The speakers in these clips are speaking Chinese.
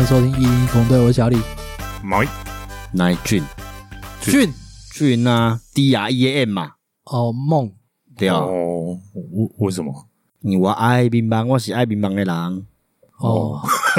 欢迎收听101公队，我是小李。 乃俊啊 ，DREAM 嘛。 哦，梦。 对啊。 哦，为什么？ 因为我爱乒乓，我是爱乒乓的人。 哦，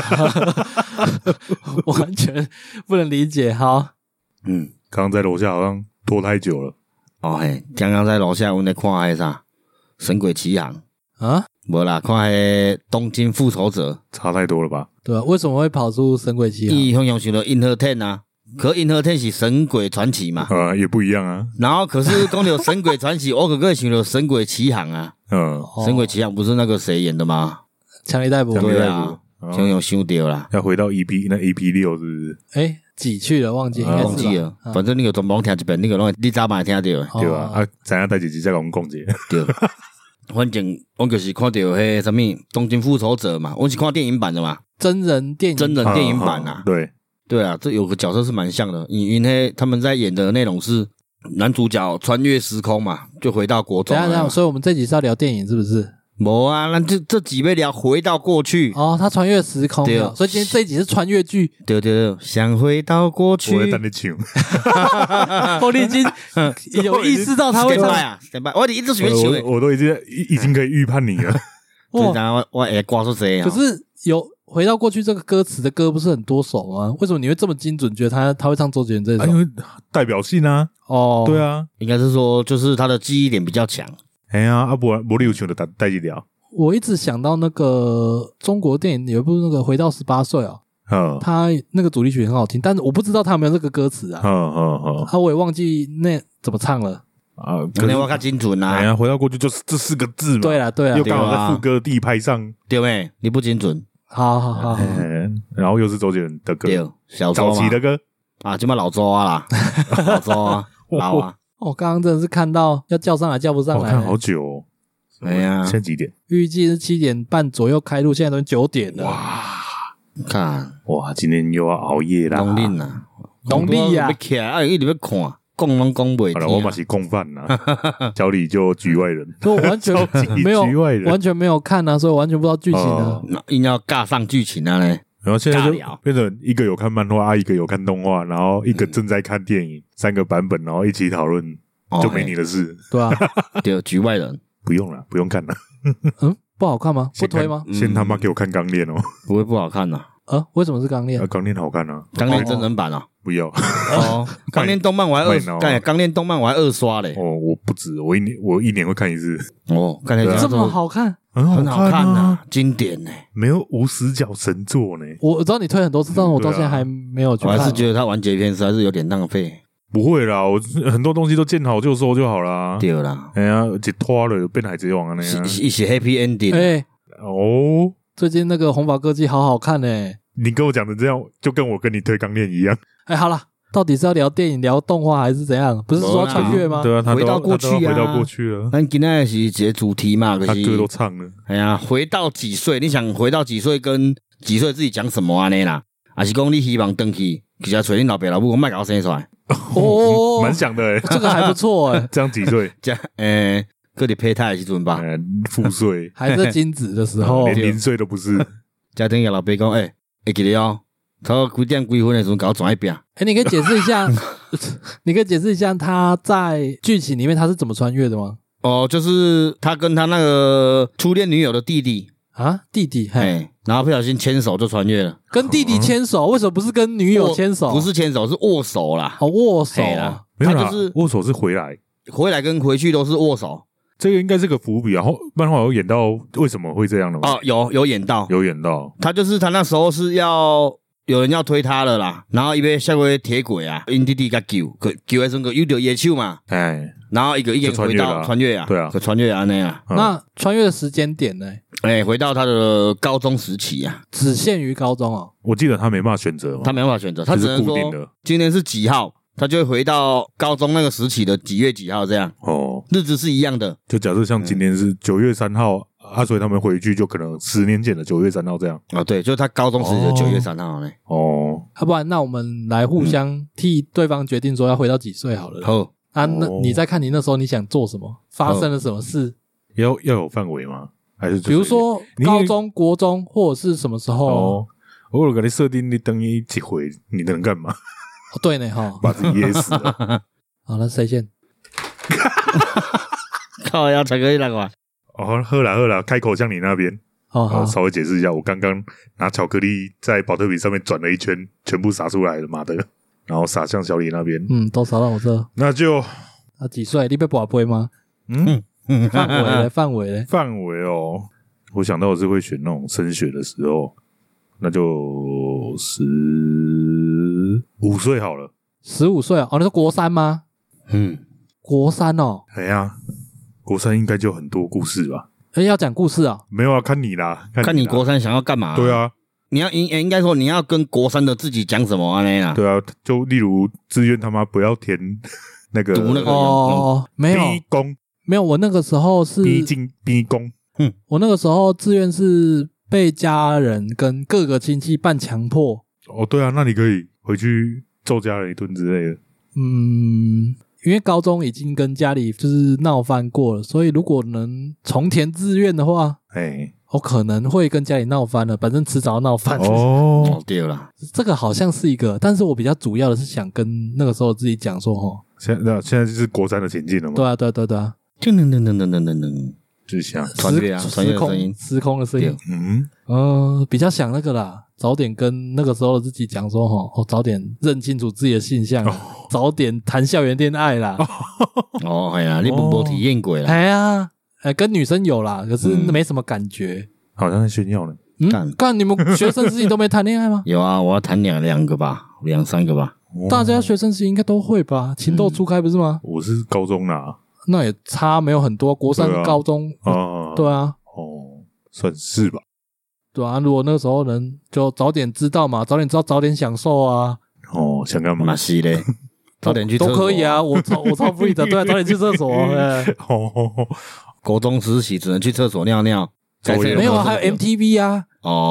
完全不能理解。好， 刚刚在楼下好像拖太久了。 哦嘿，刚刚在楼下我们在看那啥《神鬼奇航》 啊， 没啦，看那《东京复仇者》 差太多了吧？ 对啊，为什么会跑出神鬼奇航？ 伊通常想到银河10啊，可银河10是神鬼传奇嘛， 也不一样啊。 然后可是讲到神鬼传奇，我可想到神鬼奇航啊，神鬼奇航不是那个谁演的吗？ 强力逮捕。 对啊，就有想到啦。 要回到 EP6 是不是？ 几去了忘记，应该是忘记了，反正你个全部听一遍，你个拢你早晚听到的， 对吧？知影带几集再跟我们讲解。 对。反正我就是看到迄什么《东京复仇者》嘛，我是看电影版的嘛， 真人电影版啊。 对啊，这有个角色是蛮像的，因为他们在演的内容是男主角穿越时空嘛，就回到国中。 等一下，所以我们这集是要聊电影是不是？ 没啊，那这几位聊回到过去。 哦，他穿越时空对， 所以今天这一集是穿越剧。 对，想回到过去。 我会等你唱。 你已经有意识到他会唱啊，我一直随便唱， 我都已经可以预判你了。 我会挂出谁啊？ 可是有回到过去这个歌词的歌不是很多首吗？为什么你会这么精准觉得他会唱周杰伦这首？ 因为代表性啊。 哦， 对啊， 应该是说就是他的记忆点比较强。 哎呀，不然你有唱的带几条？ 我一直想到那个中国电影有一部那个《回到18岁》哦，他那个主题曲很好听，但是我不知道他有没有这个歌词啊。我也忘记那怎么唱了啊。 可能我较精准啊。 哎呀，回到过去就是这4个字嘛。 对啦， 又刚好在副歌地拍上， 对没？你不精准。 好。 然后又是周杰伦的歌， 对，小周早期的歌啊，就嘛老周啊啦，老周啊，老啊。 我刚刚真的是看到要叫上来叫不上来， 看好久哦。 哎呀， 现在几点？ 预计是7点半左右开录，现在都9点了。 哇，今天又要熬夜啦！ 农历啊， 农历啊， 起来一直要看，讲拢讲不。 好了，我嘛是共犯啦，小李就局外人， 我完全没有完全没有看啊，所以我完全不知道剧情啊。 硬要尬上剧情啊嘞。 然后现在就变成一个有看漫画，一个有看动画，然后一个正在看电影，3个版本，然后一起讨论，就没你的事。 对啊， 对，局外人不用了，不用看了。 不好看吗？不推吗？ 先他妈给我看钢炼哦！ 不会不好看呐。 为什么是钢炼？ 钢炼好看啊！ 钢炼真人版啊！ 不要哦，钢炼动漫我还钢炼动漫我还2刷嘞。 哦，我不止，我一年会看一次。 哦，刚才这么好看， 很好看啊， 经典呢， 没有无死角神作呢。 我知道你推很多次，但是我到现在还没有去看。 我还是觉得它完结篇实在是有点浪费。 不会啦，我很多东西都见好就收就好啦。 对啦， 哎呀，一拖了变海贼王啊那样。 一起 happy ending。 最近那个红宝歌姬好好看呢。 你跟我讲的这样，就跟我跟你推钢炼一样。 好啦，到底是要聊电影、聊动画还是怎样？不是说要穿越吗？ 对啊，他回到过去啊， 回到过去了。 咱今天是一个主题嘛， 他歌都唱了。 哎呀，回到几岁？你想回到几岁？跟几岁自己讲什么啊？那啦，还是讲你希望回去，其实找你老爸老母，我卖搞生出来。 哦， 蛮想的这个还不错这样几岁？ 各你胚胎的时阵吧， 父岁还是精子的时候， 连0岁都不是。 家庭个老爸讲，会记得哦，他几点几分的时候搞转一遍。 你可以解释一下，他在剧情里面他是怎么穿越的吗？ 哦，就是他跟他那个初恋女友的弟弟啊，弟弟， 然后不小心牵手就穿越了。 跟弟弟牵手，为什么不是跟女友牵手？ 不是牵手，是握手啦。 握手啊， 没有啦，就是握手是回来跟回去都是握手。 这个应该是个伏笔啊，漫画有演到为什么会这样的吗？ 有演到，他就是他那时候是有人要推他了啦，然后伊要下过铁轨啊，因弟弟甲救的时候有着野手嘛，然后一个回到穿越啊， 对啊， 穿越啊那样。 那穿越的时间点呢？ 回到他的高中时期啊， 只限于高中哦。 我记得他没办法选择， 他只能说今天是几号。他就会回到高中那个时期的几月几号这样日子是一样的。 就假设像今天是9月3号所以他们回去就可能10年前的9月3号这样。 对，就是他高中时期的9月3号呢。 不然那我们来互相替对方决定说要回到几岁好了。 好那你再看你那时候你想做什么，发生了什么事？ 要有范围吗？还是比如说高中、国中或者是什么时候？ 我有给你设定，你等你一回，你能干嘛？ 对呢哈， 把自己噎死了。 好，那谁先？ 靠，要巧克力那个。 哦，喝了，开口向你那边。 好， 稍微解释一下，我刚刚拿巧克力在保特瓶上面转了一圈，全部撒出来了，妈的！然后撒向小李那边。 都撒到我这。 那就几岁？你被拔杯吗？范围哦，我想到我是会选那种升学的时候，那就15岁好了。 15岁啊？哦，你说国3吗？国3哦。 哎呀，国3应该就很多故事吧。 要讲故事啊？ 没有啊，看你啦， 看你国3想要干嘛？ 对啊， 你要应该说你要跟国3的自己讲什么啊？那对啊，就例如志愿他妈不要填那个读那个没有逼宫， 没有，我那个时候是逼进逼宫。 我那个时候志愿是被家人跟各个亲戚半强迫。 哦，对啊，那你可以回去揍家人一顿之类的。 因为高中已经跟家里就是闹翻过了，所以如果能重填志愿的话，我可能会跟家里闹翻了，反正迟早要闹翻。 哦，对了， 这个好像是一个，但是我比较主要的是想跟那个时候自己讲说， 现在就是国3的前进了吗？ 对啊， 就想穿越啊，穿越的声音， 时空的声音。比较想那个啦，早点跟那个时候的自己讲说，早点认清楚自己的性向，早点谈校园恋爱啦。 哎呀，你没体验过啦。 哎呀，跟女生有啦，可是没什么感觉。 好像在炫耀呢。 干你们学生时期都没谈恋爱吗？ 有啊，我要谈两个吧，2-3个吧。 大家学生时期应该都会吧？情窦初开不是吗？ 我是高中啦。 那也差没有很多，国3高中对啊， 算是吧。 对啊，如果那个时候能就早点知道嘛，早点知道，早点享受啊。 想干嘛？ 那是嘞，早点去厕所都可以啊。我超 free 的，对啊，早点去厕所。 国中时期只能去厕所尿尿， 没有啊，还有 MTV 啊。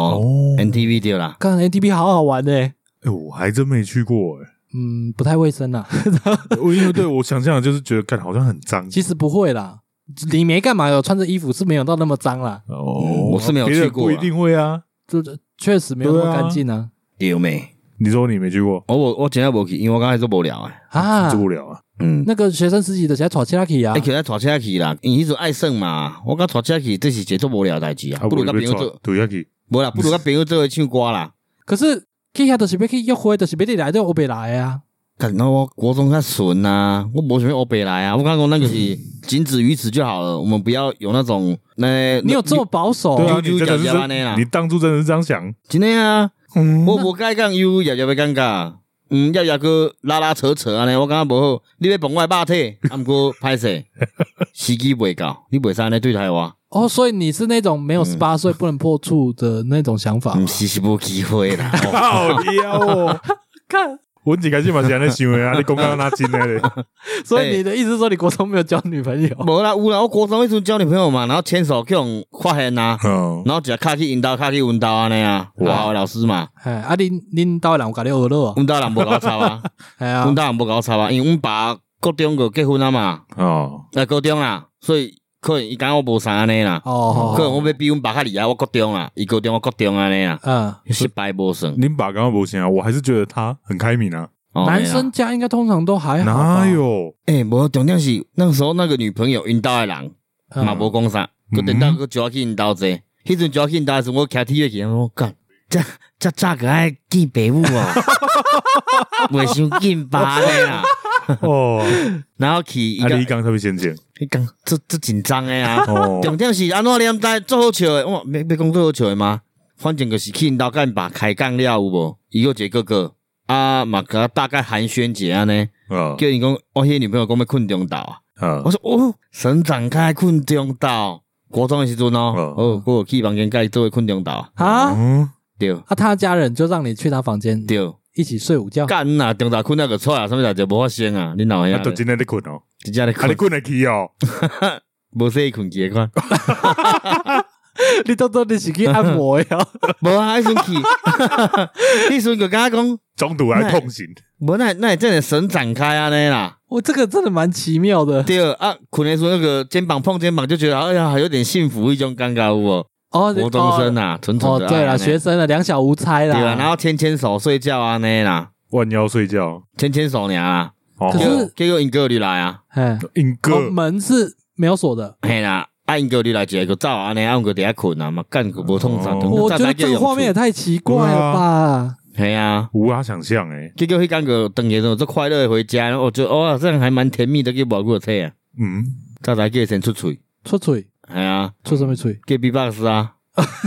MTV 对啦， 看 MTV 好好玩欸。 我还真没去过欸。 不太卫生啦。 因为对我想象的就是觉得干好像很脏， 其实不会啦，你没干嘛，有穿着衣服是没有到那么脏啦。 我是没有去过， 不一定会啊， 就确实没有那么干净啊。 有没？ 你说你没去过？ 我今天没去，因为我刚才做无聊做不了啊。 那个学生时期的在坐车去啊， 去在坐车去啦，因为迄阵爱耍嘛，我甲坐车去，这是一件做无聊的代志啊，不如甲朋友做，无啦，不如甲朋友做伙唱歌啦。 可是去遐就是要去约会，就是要你来就黑白来啊。 看到我国中较纯啊，我没想要黑白来啊，我刚刚那个是仅止于此就好了，我们不要有那种你有这么保守？ 对啊，你当初真的是这样想？ 真的啊，我无该讲有也要尴尬。要个拉扯安尼，我感觉无好。你要碰我的肉体，不过歹势，时机未到，你袂使安尼对待我。 所以你是那种没有18岁不能破处的那种想法？ 是无机会啦。 好屌哦！ 看， 我一开始嘛是安尼想的啊，你讲到哪真的咧？ 所以你的意思是说你国中没有交女朋友？ 无啦，有啦，我国中迄阵交女朋友嘛，然后牵手去用发现啊，然后一卡去引导，卡去温刀安尼啊，哇，老师嘛。 恁兜人有甲你学咯？ 阮兜人无搞吵啊，阮兜人无搞吵啊，因为阮爸高中就结婚啊嘛，高中啦，所以可能伊讲我无啥安尼啦，可能我要比阮爸较厉害，我高中啦，伊高中我高中安尼啦，失败无算。 恁爸刚刚无啥，我还是觉得他很开明啊。 男生家应该通常都还好吧？ 哪有？ 无重点是那时候那个女朋友因兜的人嘛无讲啥，佮等到佮就要去因兜坐，迄阵就要去因兜时，我徛铁去，我干，这早个爱见爸母哦，袂想见爸的啦。然后去， 你讲特别先进， 你讲这紧张的啊。重点是安怎念在做好笑的，我要讲做好笑的吗？反正就是去因兜甲因爸开讲了有无？伊有一个哥哥。嘛，给他大概寒暄一下呢，叫你讲，我迄女朋友讲要困中岛啊，我说神展开困中岛，国中的时阵我有去房间甲伊做困中岛啊， 对， 他家人就让你去他房间， 对， 一起睡午觉， 干啊，中岛困那个出啊，什么代志无发生啊，你老兄， 都真的在困哦， 真正在困， 你困得去哦， 无说困去看。 你当你是去按摩呀？ 无啊，迄阵去，迄阵就甲讲中途还痛醒， 无那真的神展开啊那啦。 这个真的蛮奇妙的。 对啊，困的时候那个肩膀碰肩膀，就觉得哎呀，有点幸福一种尴尬有无？ 国中生啊，纯纯的对啦，学生了，两小无猜啦。 对啊，然后牵牵手睡觉啊那啦， 弯腰睡觉， 牵牵手俩啦。 可是结果英哥你来啊， 英哥门是没有锁的。 嘿啦，英哥你来一个照安尼，英哥底下困啊嘛，干个无痛啥。 我觉得这个画面也太奇怪了吧。 嘿啊， 无法想象结果迄感觉等于说这快乐的回家，然后我就这样还蛮甜蜜的，去无过车啊。早才叫先出嘴，系啊， 出什么嘴？ 叫 B-box 啊，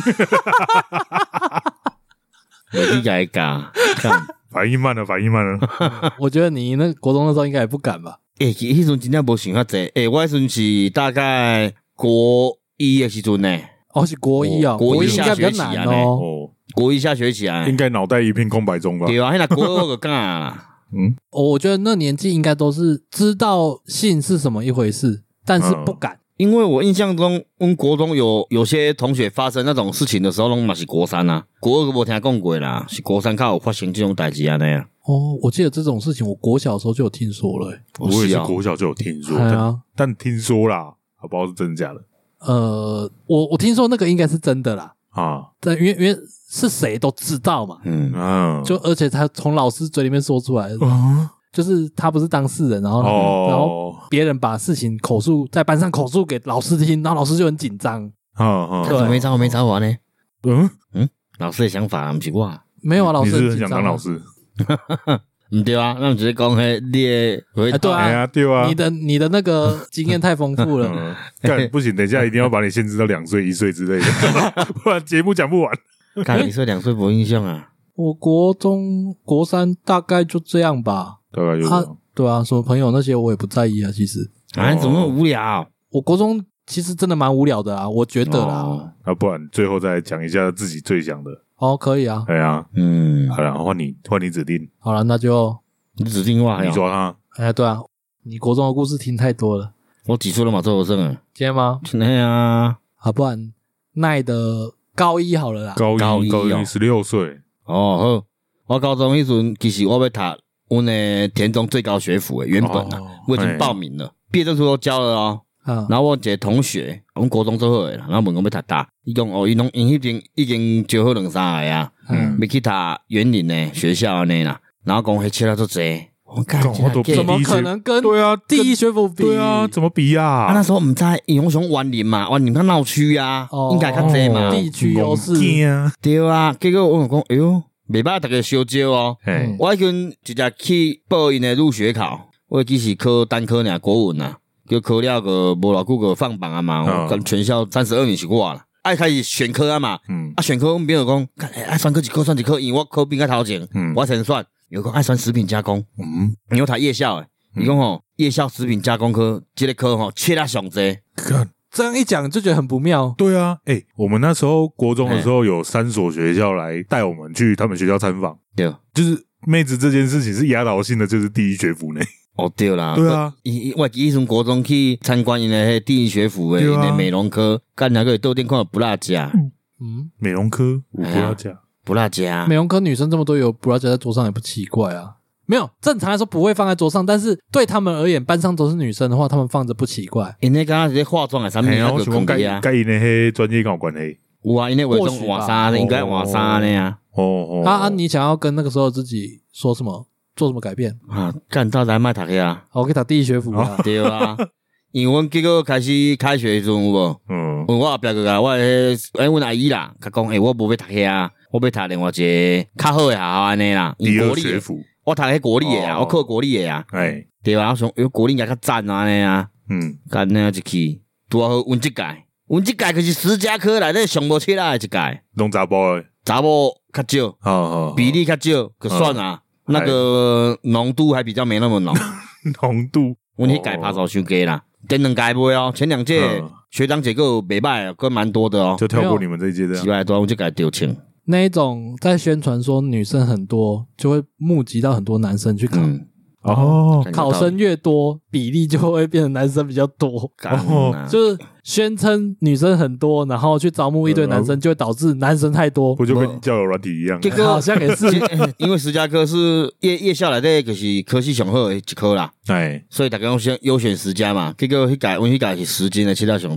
没去改讲， 反应慢了。 我觉得你那国中的时候应该也不敢吧？ 迄阵真正无想遐济，我迄阵是大概国一的时阵呢。 是国一啊， 国一应该比较难哦。 国一下学期啊， 应该脑袋一片空白中吧？ 对啊，那国二就干啦。 我觉得那年纪应该都是知道性是什么一回事，但是不敢。 因为我印象中，国中有些同学发生那种事情的时候，拢嘛是国三啊，国二无听讲过啦，是国三较有发生这种代志啊那样。 我记得这种事情，我国小的时候就有听说了。 我也是国小就有听说，但听说啦，不知道是真的假的。 我听说那个应该是真的啦。但因为是谁都知道嘛，就而且他从老师嘴里面说出来的。就是他不是当事人，然后别人把事情在班上口述给老师听，然后老师就很紧张。 对，没找我呢。老师的想法不是我。 没有啊，老师你是很想当老师？ 唔对啊，那我直接讲你的回答。 对啊， 你的那个经验太丰富了。 干不行，等一下一定要把你限制到2岁、1岁之类的，不然节目讲不完。 干1岁2岁没印象啊。 我国中国三大概就这样吧。 大概就这样。 对啊，什么朋友那些我也不在意啊，其实。 怎么那么无聊？ 我国中其实真的蛮无聊的啊，我觉得啦。 不然最后再讲一下自己最想的。 可以啊。 对啊，好了，换你指定。 好了，那就你指定话， 你抓他。 对啊，你国中的故事听太多了。 我几岁了嘛？做学生啊？ 今天吗？ 对啊。 不然奈的高一好了啦。 高一16岁。 好，我高中迄阵其实我要读阮的田中最高学府的原本啊，我已经报名了，毕业证书都交了哦。然后我一个同学，我们国中做好的，然后问我要读大，伊讲因迄边已经招好2-3个啊，要去读园林的学校安尼啦，然后讲迄切了做侪，我怎么可能跟第一学府比？ 对啊，怎么比啊？ 那时候唔知，因为我想园林嘛，园林较闹区啊，应该较侪嘛， 地区优势。 对啊，结果我讲，哎呦，袂歹，大家相招哦。我迄阵直接去报因的入学考，我只是考单科尔国文啊。就考了个无偌久个放榜啊嘛，跟全校32名是我啦。爱开始选科啊嘛，选科我们朋友讲，爱选科一科选一科，因为我考比较头前，我先选。有讲爱选食品加工，因为他夜校诶，伊讲夜校食品加工科这个科切了上济。 这样一讲就觉得很不妙。 对啊，我们那时候国中的时候有3所学校来带我们去他们学校参访， 对， 就是妹子这件事情是压倒性的，就是第一学府内。 对啦， 对啊， 我记从国中去参观因的第一学府的因的美容科，干那个豆店看到不辣家， 美容科有不辣家， 美容科女生这么多，有不辣家在桌上也不奇怪啊。没有，正常来说不会放在桌上，但是对他们而言，班上都是女生的话，他们放着不奇怪。 因为刚刚这些化妆的产品那个空地啊， 跟因那些专业跟有关系。 有啊，因为伪装换衫的，应该换衫的呀。 你想要跟那个时候自己说什么？做什么改变啊？干到来卖读去啊！ 我可以读第一学府啊！ 对啊，因为阮结果开始开学的时阵有无？我后壁个啊，阮阿姨啦，甲讲我无要读去啊，我要读另外一个较好的学校安尼啦。 第二学府， 我读迄国立的啊，我考国立的啊。对啊，我想国立应该较赞安尼啊。干那一去，拄好阮即届可是10家科内底上无起来一届， 拢查甫诶， 查某较少，比例较少，可算啊。那个浓度还比较没那么浓， 浓度， 我那届拍照伤低啦，前2届袂哦，前2届学长姐个袂歹，跟蛮多的哦， 就跳过你们这一届的， 几百多，我这届丢清。 那一种在宣传说女生很多，就会募集到很多男生去考。考生越多，比例就会变成男生比较多。就是宣称女生很多，然后去招募一堆男生，就会导致男生太多。 不就跟交友软体一样？ 这个好像也是， 因为10家科是夜校内底就是科系上好的一科啦。所以大家优选10家嘛。结果阮迄届是10间的，其他上济。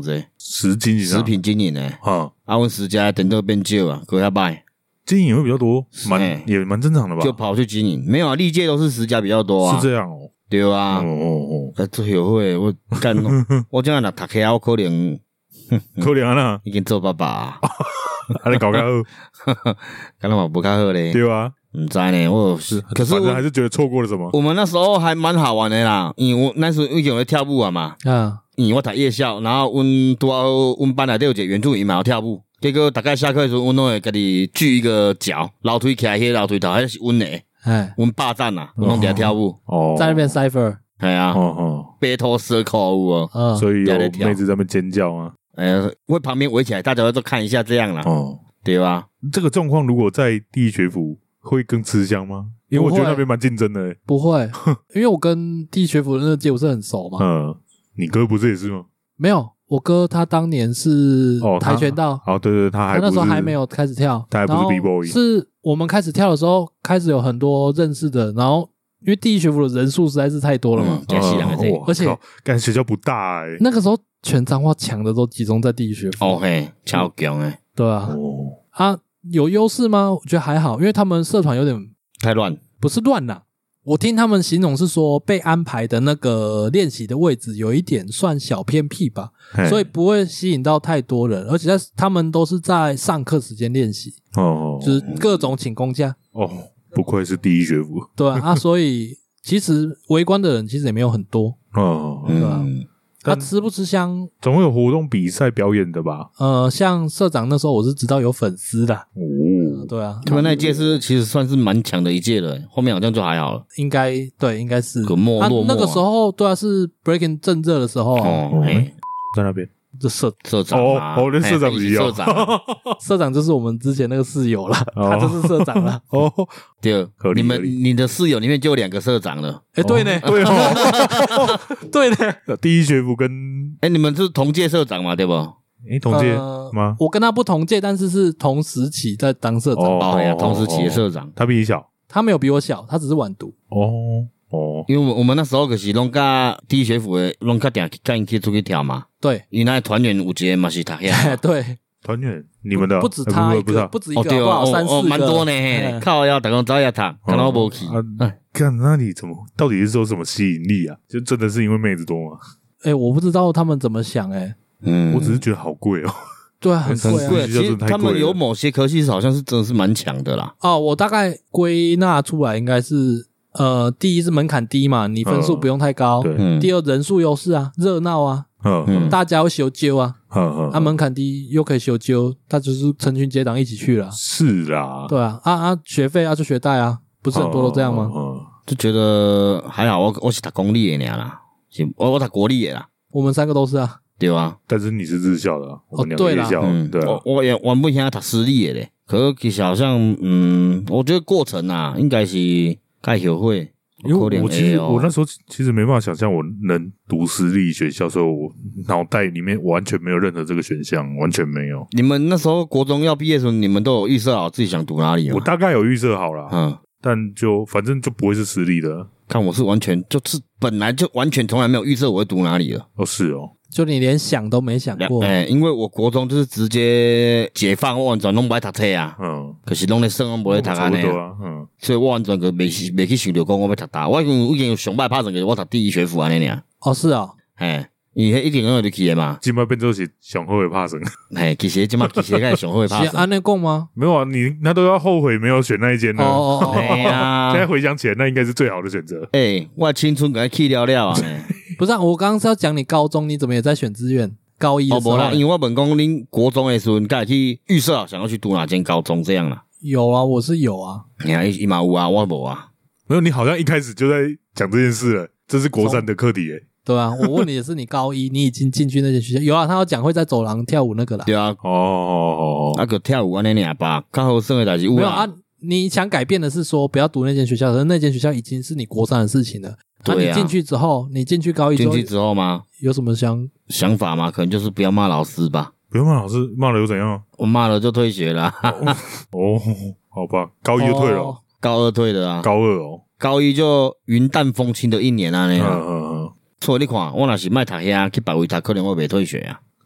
食品经营诶，阮10家等到变少啊，搁遐歹。 经营会比较多，也蛮正常的吧？ 就跑去经营，没有啊，历届都是10家比较多啊。 是这样哦。 对啊。做协会，我干，我这样若读起来，我可能啊， 已经做爸爸啊。 你搞较好， 干嘛不较好咧？ 对啊。 唔知呢，可是反正还是觉得错过了什么。 我们那时候还蛮好玩的啦，因为我那时候已经有跳舞啊嘛，因为我读夜校，然后阮班内底有一个原住民嘛有跳舞，结果大概下课的时候，阮都会家己锯一个脚，楼梯起来，迄楼梯头迄是阮的，阮霸占啊，阮拢伫遐跳舞， 在那边 cipher， 系啊，battle circle 舞哦， 所以有妹子在那边尖叫啊， 会旁边围起来，大家都看一下这样啦，对吧？ 这个状况如果在第一学府会更吃香吗？因为我觉得那边蛮竞争的。 不会，因为我跟第一学府的那个街舞是很熟嘛。 你哥不是也是吗？ 没有，我哥他当年是跆拳道。 对，他那时候还没有开始跳， 他还不是 B-boy。 是我们开始跳的时候，开始有很多认识的，然后因为第一学府的人数实在是太多了嘛，而且感觉学校不大那个时候全彰化强的都集中在第一学府。 超强诶。 对啊。有优势吗？我觉得还好，因为他们社团有点太乱， 不是乱啦。我听他们形容是说，被安排的那个练习的位置有一点算小偏僻吧，所以不会吸引到太多人，而且他们都是在上课时间练习，就是各种请公假。 不愧是第一学府。 对啊，所以其实围观的人其实也没有很多。对啊。他吃不吃香？ 总会有活动比赛表演的吧？ 像社长那时候我是知道有粉丝的。对啊， 他们那届是其实算是蛮强的一届了，后面好像就还好了。 应该是。 那个时候对啊，是 breaking 正热的时候在那边。 这社长连社长一样。 社长就是我们之前那个室友啦，他就是社长啦。 对，你的室友里面就有2个社长了。 对呢，对呢。 第一学府跟你们是同届社长嘛？对不？ 同届吗？ 我跟他不同届，但是同时期在当社长。 同时期的社长， 他比你小， 他没有比我小，他只是晚读。 因为我们那时候可是拢甲第一学府的拢较定跟因去出去跳嘛。 对， 因那团员有一个嘛是读遐。 对， 团员你们的不止他一个，不止一个，3、4个， 蛮多呢。靠腰，大家早也读，看到无去。 看那你到底是有什么吸引力啊？就真的是因为妹子多吗？ 我不知道他们怎么想我只是觉得好贵哦。 对啊，很贵。 其实他们有某些科系好像是真的是蛮强的啦。 我大概归纳出来应该是。第一是门槛低嘛，你分数不用太高。第二人数优势啊，热闹啊，大家会修揪啊，门槛低又可以修揪，他就是成群结党一起去了。 是啦， 对啊，学费就学贷啊，不是很多都这样吗？ 就觉得还好，我是读公立的啦，我读国立的啦。 我们3个都是啊， 对啊， 但是你是日校的，我们2个夜校，对啊， 我也原本想读私立的嘞，可是其实好像我觉得过程啊，应该是。该学会， 因为我那时候其实没办法想象我能读私立学校，所以我脑袋里面完全没有任何这个选项，完全没有。 你们那时候国中要毕业的时候，你们都有预设好自己想读哪里吗？ 我大概有预设好了，但就反正就不会是私立的。 看我是完全就是本来就完全从来没有预设我会读哪里了。 是哦。 就你连想都没想过， 因为我国中就是直接解放，我完全拢不爱读册啊，可是拢咧算拢不爱读安尼啊，所以我完全个没去想着讲我要读大，我已经有上摆拍算个我读第一学府安尼尔。 是啊， 因为迄一定要就去的嘛， 今摆变做是上好的拍算， 其实今摆其实该上好的拍算， 是安尼讲吗？ 没有啊，你那都要后悔没有选那一间呢。 现在回想起来，那应该是最好的选择。 我青春给他去了啊。 不是，我刚刚是要讲你高中，你怎么也在选志愿？高一的时候， 因为我问讲恁国中的时候，你该去预设想要去读哪间高中这样啦？ 有啊，我是有啊。 你看伊嘛有啊，我无啊。 没有，你好像一开始就在讲这件事了，这是国3的课题对啊，我问你的是你高一，你已经进去那间学校有啊？他要讲会在走廊跳舞那个啦。 对啊，那个跳舞安尼尔吧，刚好生的代志有没有啊？你想改变的是说不要读那间学校，可是那间学校已经是你国3的事情了。你进去之后，你进去高一进去之后吗？ 有什么想法吗？可能就是不要骂老师吧。 不要骂老师，骂了又怎样？ 我骂了就退学了。 好吧，高1就退了， 高2退的啊。 高2哦， 高1就云淡风轻的1年啊那样。所以你看，我若是卖读遐去别位读，可能我袂退学啊。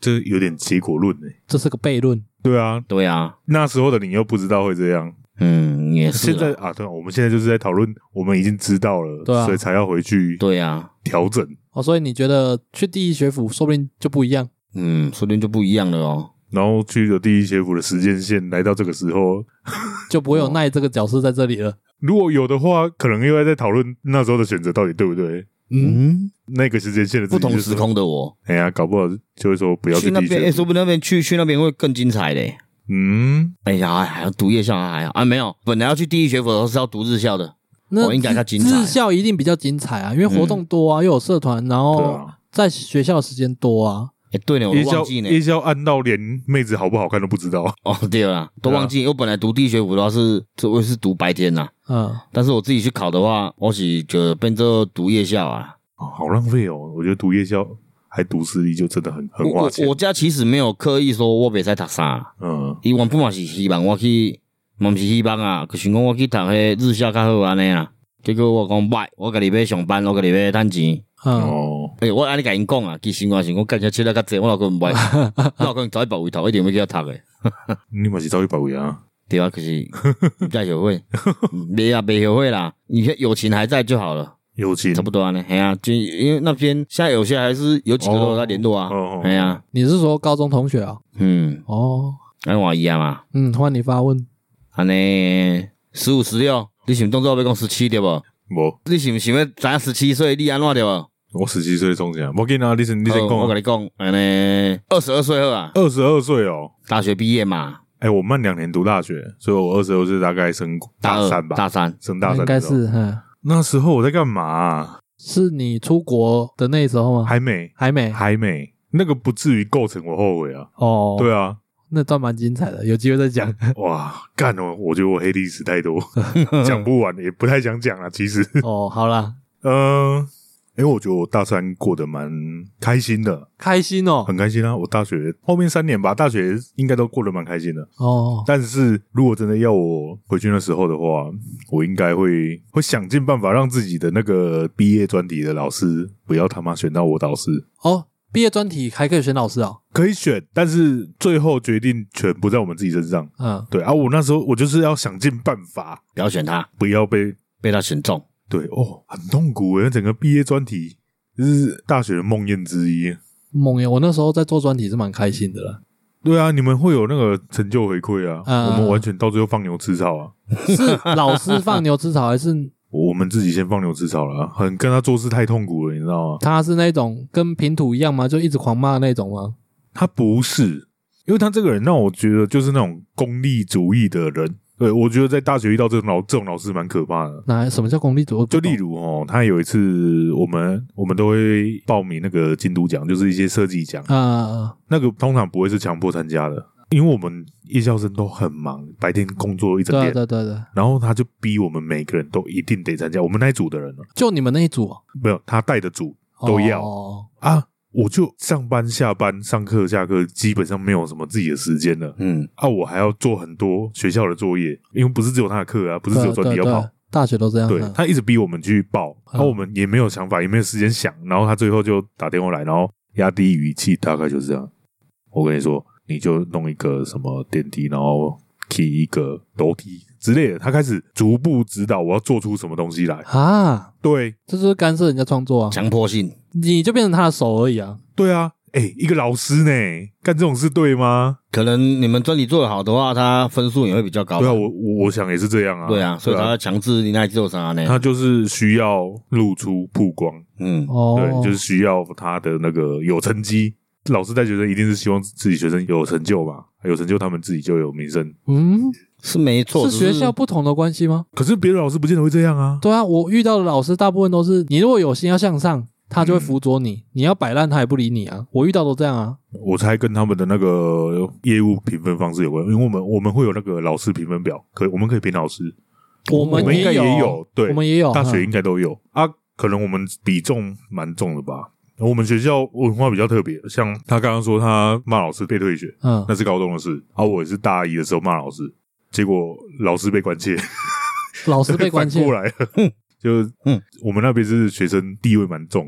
这有点结果论这是个悖论。 对啊， 对啊， 那时候的你又不知道会这样。 也是。 现在啊，对，我们现在就是在讨论，我们已经知道了，对啊，所以才要回去， 对啊， 调整。 所以你觉得去第一学府说不定就不一样？ 说不定就不一样了哦。 然后去了第一学府的时间线来到这个时候， 就不会有奈这个角色在这里了。 如果有的话，可能又要在讨论那时候的选择到底对不对？那个时间线的不同时空的我， 哎呀，搞不好就会说不要去那边， 说不定那边去那边会更精彩嘞。哎呀，还要读夜校还好啊，没有，本来要去第一学府的时候是要读日校的，应该较精彩。 日校一定比较精彩啊，因为活动多啊，又有社团，然后在学校的时间多啊。 对呢，我都忘记呢。 夜校按到连妹子好不好看都不知道。 对啦，都忘记。我本来读第一学府的话我是读白天呐，但是我自己去考的话，我是就变成读夜校啊。 好浪费哦！我觉得读夜校还读私立就真的很花钱。 我家其实没有刻意说我不使读啥，伊原本嘛是希望我去，嘛不是希望啊，可想讲我去读迄日校较好安尼啊。结果我讲歹，我家己要上班，我家己要趁钱。我安尼甲因讲啊，其实我想讲干起切得较济，我老公唔歹，我老公走去别位读，一定要去遐读诶。 你嘛是走去别位啊？ 对啊，可是不再后悔，没后悔啦。你友情还在就好了。 友情差不多啊，哎呀，就因为那边现在有些还是有几个都在联络啊，哎呀， 你是说高中同学啊？ 跟我一样嘛。 换你发问。 安尼15、16，你是当作要讲17对无？ 无， 你是想要知影17岁你安怎对无？ 我17岁从啥？无紧啊，你先讲。 我跟你讲，安尼22岁好啊。 22岁哦， 大学毕业嘛。 我慢2年读大学，所以我22岁大概升大3吧。 大3 升大3， 应该是。 那时候我在干嘛？ 是你出国的那时候吗？ 还没，那个不至于构成我后悔啊。对啊， 那段蛮精彩的，有机会再讲。 哇，干哦！我觉得我黑历史太多，讲不完，也不太想讲啊。其实好啦， 我觉得我大3过得蛮开心的， 开心哦， 很开心啊！我大学后面3年吧，大学应该都过得蛮开心的但是如果真的要我回去那时候的话，我应该会想尽办法让自己的那个毕业专题的老师不要他妈选到我导师。 毕业专题还可以选老师啊？ 可以选，但是最后决定权不在我们自己身上。对啊，我那时候我就是要想尽办法不要选他， 不要被他选中。 对很痛苦整个毕业专题就是大学的梦魇之一。 梦魇，我那时候在做专题是蛮开心的啦。 对啊，你们会有那个成就回馈啊，我们完全到最后放牛吃草啊。 是老师放牛吃草还是我们自己先放牛吃草了？跟他做事太痛苦了，你知道吗？ 他是那种跟平土一样吗？就一直狂骂那种吗？ 他不是，因为他这个人让我觉得就是那种功利主义的人。对，我觉得在大学遇到这种老师蛮可怕的。 什么叫功利主义？ 就例如他有一次我们都会报名那个金都奖，就是一些设计奖那个通常不会是强迫参加的，因为我们夜校生都很忙，白天工作一整天。 对。 然后他就逼我们每个人都一定得参加，我们那一组的人就你们那一组没有，他带的组都要我就上班下班上课下课基本上没有什么自己的时间了。我还要做很多学校的作业，因为不是只有他的课啊，不是只有专题要跑。 大学都这样。 对，他一直逼我们去报，然后我们也没有想法，也没有时间想，然后他最后就打电话来，然后压低语气，大概就是这样。我跟你说，你就弄一个什么电梯，然后起一个楼梯之类的，他开始逐步指导我要做出什么东西来对， 这就是干涉人家创作啊， 强迫性， 你就变成他的手而已啊。 对啊，一个老师呢干这种事对吗？ 可能你们专题做得好的话，他分数也会比较高。 对啊，我想也是这样啊。 对啊，所以他要强制你来做啥呢？ 他就是需要露出曝光。对，就是需要他的那个有成绩。老师带学生一定是希望自己学生有成就嘛，有成就他们自己就有名声。 是没错， 是学校不同的关系吗？ 可是别的老师不见得会这样啊。 对啊，我遇到的老师大部分都是，你如果有心要向上，他就会辅佐你，你要摆烂他也不理你啊。我遇到都这样啊。 我猜跟他们的那个业务评分方式有关，因为我们会有那个老师评分表，我们可以评老师。 我们应该也有，对， 我们也有， 大学应该都有啊。可能我们比重蛮重的吧。我们学校文化比较特别，像他刚刚说他骂老师被退学，那是高中的事我也是大一的时候骂老师，结果老师被关切， 老师被关切反过来了，就我们那边是学生地位蛮重的，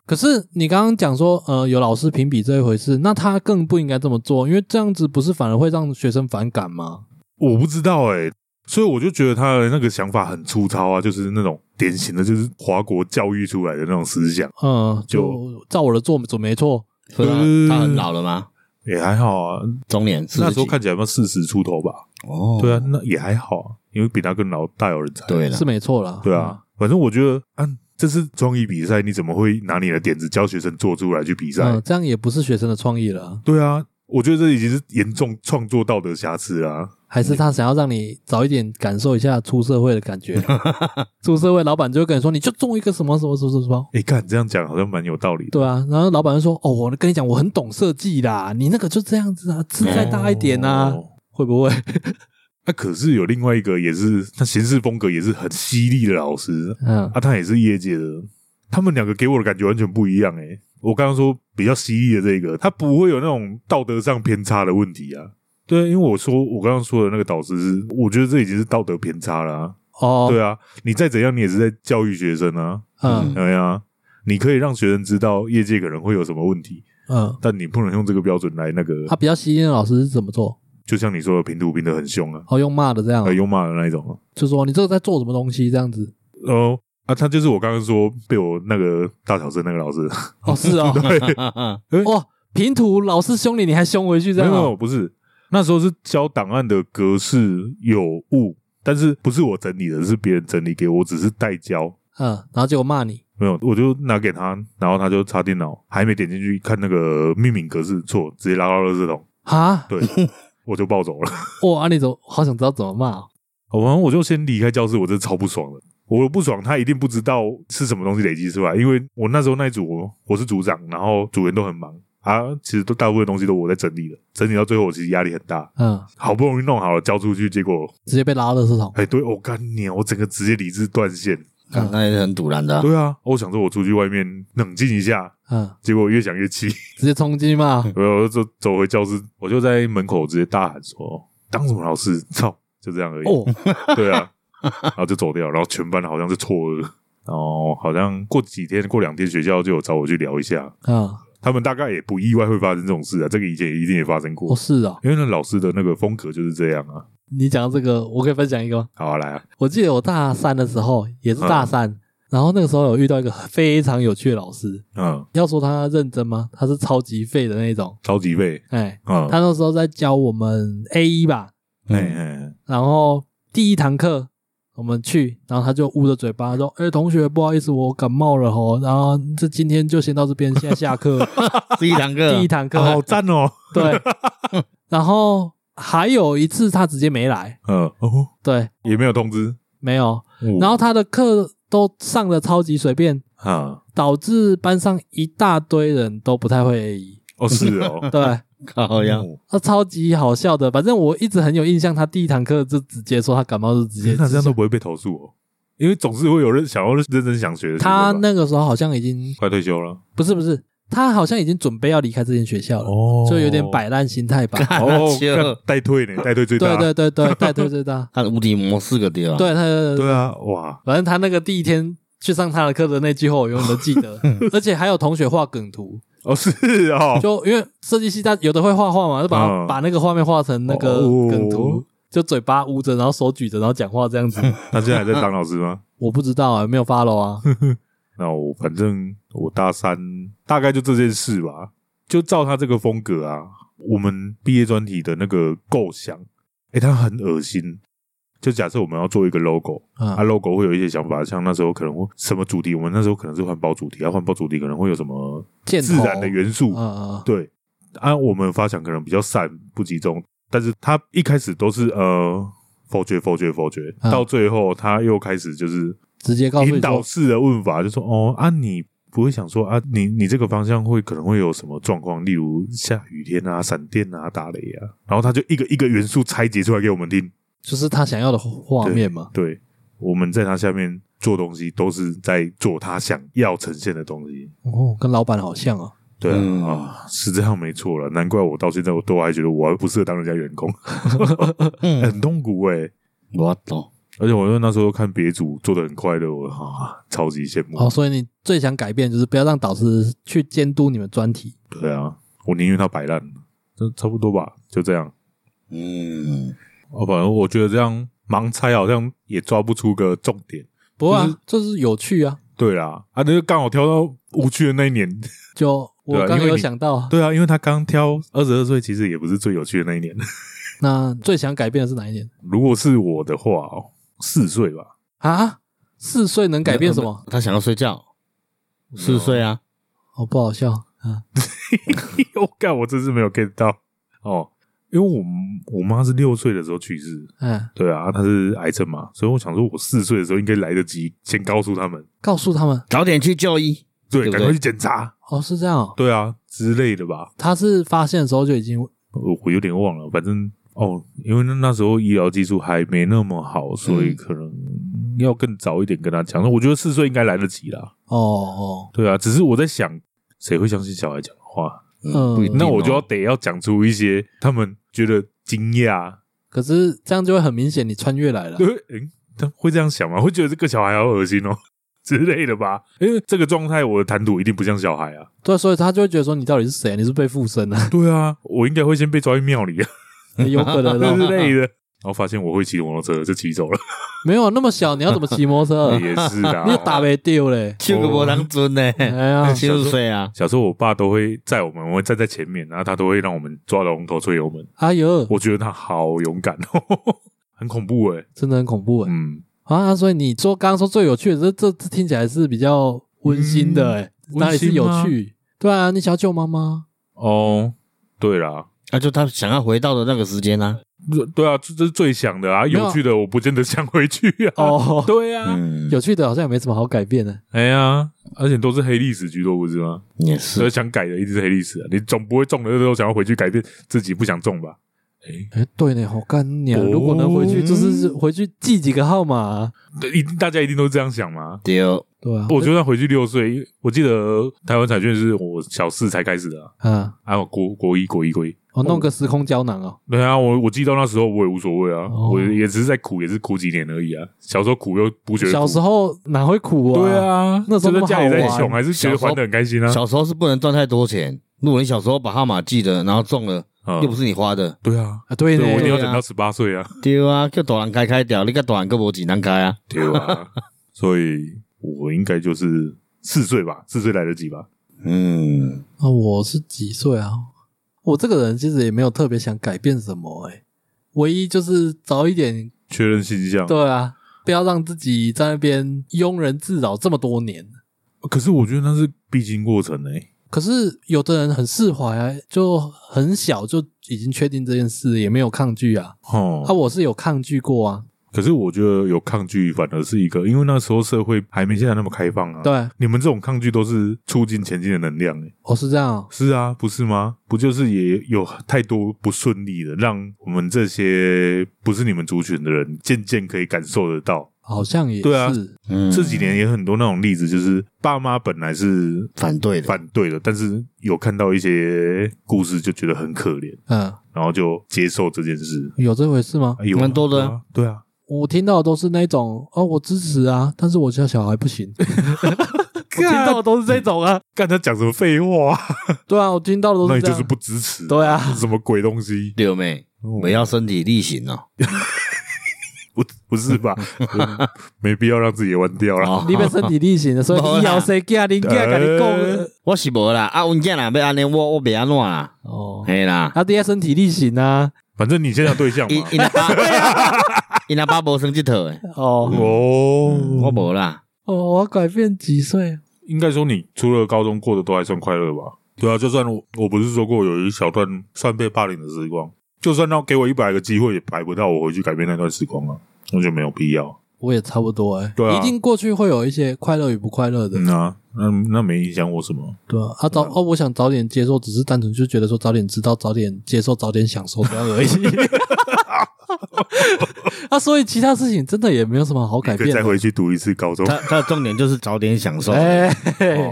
可是你刚刚讲说，有老师评比这一回事，那他更不应该这么做，因为这样子不是反而会让学生反感吗？ 我不知道所以我就觉得他的那个想法很粗糙啊，就是那种典型的就是华国教育出来的那种思想。 就照我的做准没错。 他很老了吗？ 也还好啊， 中年那时候看起来有40出头吧。对啊，那也还好啊，因为比他更老大有人才。 对了， 是没错啦。 对啊，反正我觉得这是创意比赛，你怎么会拿你的点子教学生做出来去比赛？ 这样也不是学生的创意了。 对啊，我觉得这已经是严重创作道德瑕疵啦。 还是他想要让你早一点感受一下出社会的感觉。出社会老板就会跟你说，你就做一个什么什么什么什么。 干这样讲好像蛮有道理的。 对啊，然后老板就说，我跟你讲，我很懂设计啦，你那个就这样子啊，字再大一点啊，会不会？ 可是有另外一个也是他行事风格也是很犀利的老师，他也是业界的，他们两个给我的感觉完全不一样我刚刚说比较犀利的这个，他不会有那种道德上偏差的问题啊。对，因为我刚刚说的那个导师是，我觉得这已经是道德偏差了对啊，你再怎样你也是在教育学生啊。对啊，你可以让学生知道业界可能会有什么问题，但你不能用这个标准来那个。 他比较犀利的老师是怎么做？ 就像你说的评图评得很凶啊， 用骂的这样用骂的那一种就说你这个在做什么东西这样子。 他就是我刚刚说被我那个大小声那个老师。 是哦。对。哇，评图老师凶你还凶回去这样？ 没有，不是，那时候是交档案的格式有误，但是不是我整理的，是别人整理给我，只是代交。 然后结果骂你。 没有，我就拿给他，然后他就插电脑，还没点进去看那个命名格式错，直接拉到垃圾桶。对。我就暴走了。 哇，你怎么好想知道怎么骂？ 我就先离开教室，我真的超不爽的。我不爽，他一定不知道是什么东西累积出来，因为我那时候那一组我是组长，然后组员都很忙其实都大部分东西都我在整理了，整理到最后我其实压力很大。好不容易弄好了交出去，结果直接被拉到垃圾桶。 对，我干你，我整个直接理智断线。 那也是很堵然的。 对啊，我想说我出去外面冷静一下，结果越想越气， 直接冲击嘛。 我就走回教室，我就在门口直接大喊说：“当什么老师？操！”就这样而已。对啊，然后就走掉，然后全班好像是错愕，然后好像过2天学校就有找我去聊一下。他们大概也不意外会发生这种事这个以前一定也发生过。 是啊， 因为那老师的那个风格就是这样啊。 你讲这个我可以分享一个吗？ 好来我记得我大3的时候也是大3，然后那个时候有遇到一个非常有趣的老师。要说他认真吗？他是超级废的那种。 超级废。 他那时候在教我们 A1 吧。然后第1堂课我们去，然后他就捂着嘴巴说：“同学，不好意思，我感冒了然后今天就先到这边，现在下课。” 第一堂课好赞哦。 对。然后还有一次他直接没来。对， 也没有通知。 没有。然后他的课都上的超级随便，导致班上一大堆人都不太会 AE。 是哦。 对。 好呀， 他超级好笑的。反正我一直很有印象，他第1堂课就直接说他感冒，就直接。 那这样都不会被投诉因为总是会有人想要认真想学的。 他那个时候好像已经快退休了。 不是，他好像已经准备要离开这间学校了。就有点摆烂心态吧。 代退呢，代退最大。 对，代退最大。 他的无敌模式个对吧？ 对啊，哇！ 反正他那个第1天去上他的课的那句话，我永远都记得。而且还有同学画梗图。 是哦， 就因为设计系他有的会画画嘛，就把那个画面画成那个梗图，就嘴巴捂着，然后手举着，然后讲话这样子。 他现在还在当老师吗？ 我不知道没有 follow 啊。 那反正我大3大概就这件事吧，就照他这个风格我们毕业专题的那个构想，他很恶心。就假设我们要做一个 logo，logo 会有一些想法，像那时候可能会什么主题，我们那时候可能是环保主题，环保主题可能会有什么自然的元素，对，我们发想可能比较散不集中，但是他一开始都是否决，到最后他又开始就是直接告诉你引导式的问法，就说你不会想说你这个方向可能会有什么状况，例如下雨天闪电打雷然后他就一个一个元素拆解出来给我们听。 就是他想要的画面嘛。 对，我们在他下面做东西都是在做他想要呈现的东西。 跟老板好像啊。 对是这样没错了，难怪我到现在我都还觉得我还不适合当人家员工。很痛苦我懂。 而且我那时候看别组做的很快乐，我超级羡慕。 所以你最想改变就是不要让导师去监督你们专题。 对啊，我宁愿他摆烂，这差不多吧，就这样。反正我觉得这样盲猜好像也抓不出个重点。 不过这是有趣啊。 对啦，那就刚好挑到无趣的那一年。 就我刚刚有想到。 对啊，因为他刚挑22岁，其实也不是最有趣的那一年。 那最想改变的是哪一年？ 如果是我的话4岁吧。 啊，4岁能改变什么？ 他想要睡觉。4岁啊。 不好笑啊！ 我干，我真是没有 get 到因为我妈是6岁的时候去世，对啊，她是癌症嘛，所以我想说，我4岁的时候应该来得及先告诉他们早点去就医， 对，赶快去检查。 是这样对啊之类的吧。 他是发现的时候就已经， 我有点忘了，反正因为那时候医疗技术还没那么好，所以可能要更早一点跟他讲。我觉得4岁应该来得及啦。对啊，只是我在想，谁会相信小孩讲的话？那我就要讲出一些他们觉得惊讶， 可是这样就会很明显你穿越来了。 对，他会这样想吗？会觉得这个小孩好恶心之类的吧？因为这个状态我的谈吐一定不像小孩啊。 对，所以他就会觉得说你到底是谁？你是被附身啊？ 对啊，我应该会先被抓去庙里啊， 有可能之类的。然后发现我会骑摩托车，就骑走了。 没有那么小，你要怎么骑摩托车？ 也是啊， 你打没丢嘞， 就个没人尊呢。7岁啊， 小时候我爸都会载我们，我会站在前面，然后他都会让我们抓龙头吹油门。 哎呦， 我觉得他好勇敢很恐怖真的很恐怖所以你说刚刚说最有趣的，这听起来是比较温馨的哪里是有趣？对啊，你想要救妈妈对啦， 就他想要回到的那个时间啊。 对啊，这是最想的啊，有趣的我不见得想回去啊。对啊， 有趣的好像也没什么好改变的。 哎呀，而且都是黑历史居多，不是吗？ 也是， 所以想改的一直是黑历史啊，你总不会中的都想要回去改变自己不想中吧？ 对呢，好干娘，如果能回去，就是回去记几个号码大家一定都这样想吗？ 对啊， 我觉得回去6岁，我记得台湾彩券是我小4才开始的国一弄个时空胶囊对啊，我记到那时候我也无所谓啊，我也只是在苦，也是苦几年而已啊。小时候苦又不觉得苦， 小时候哪会苦啊？ 对啊， 那时候家里在穷，还是觉得玩得很开心啊。 小时候是不能赚太多钱，如果你小时候把号码记得，然后中了，又不是你花的。 对啊， 对， 我一定要等到18岁啊。 对啊，叫大人开掉，你跟大人跟没钱能开啊。 对啊，所以我应该就是4岁吧，4岁来得及吧。 我是几岁啊？我这个人其实也没有特别想改变什么唯一就是早一点确认形象。 对啊，不要让自己在那边庸人自扰这么多年。 可是我觉得那是必经过程可是有的人很释怀就很小就已经确定这件事，也没有抗拒啊。我是有抗拒过啊。 可是我觉得有抗拒反而是一个，因为那时候社会还没现在那么开放啊。 对， 你们这种抗拒都是促进前进的能量是这样是啊，不是吗？不就是也有太多不顺利的，让我们这些不是你们族群的人渐渐可以感受得到。 好像也是。 对啊，这几年也很多那种例子，就是爸妈本来是反对的，但是有看到一些故事就觉得很可怜，然后就接受这件事。 有这回事吗？ 有蛮多的。 对啊， 我听到的都是那种我支持啊，但是我家小孩不行。我听到的都是这种啊。 干他讲什么废话？ 对啊，我听到的都是这样。 那你就是不支持。 对啊， 什么鬼东西？ 六妹，我要身体力行不是吧？没必要让自己弯掉啦。 你要身体力行的，所以以后谁囝恁囝跟你讲， 我是无啦。阮囝若要安尼，我袂安怎啦。嘿啦， 你要身体力行啊。 反正你现在有对象嘛。 因阿爸无生这套我无啦。 我要改变几岁？ 应该说你除了高中过得都还算快乐吧？对啊，就算我不是说过有一小段算被霸凌的时光，就算要给我100个机会，也排不到我回去改变那段时光啊，那就没有必要。 我也差不多对啊， 一定过去会有一些快乐与不快乐的。 那没影响我什么。 对啊，我想早点接受，只是单纯就觉得说早点知道，早点接受，早点享受这样而已。所以其他事情真的也没有什么好改变的。 可以再回去读一次高中。 他的重点就是早点享受。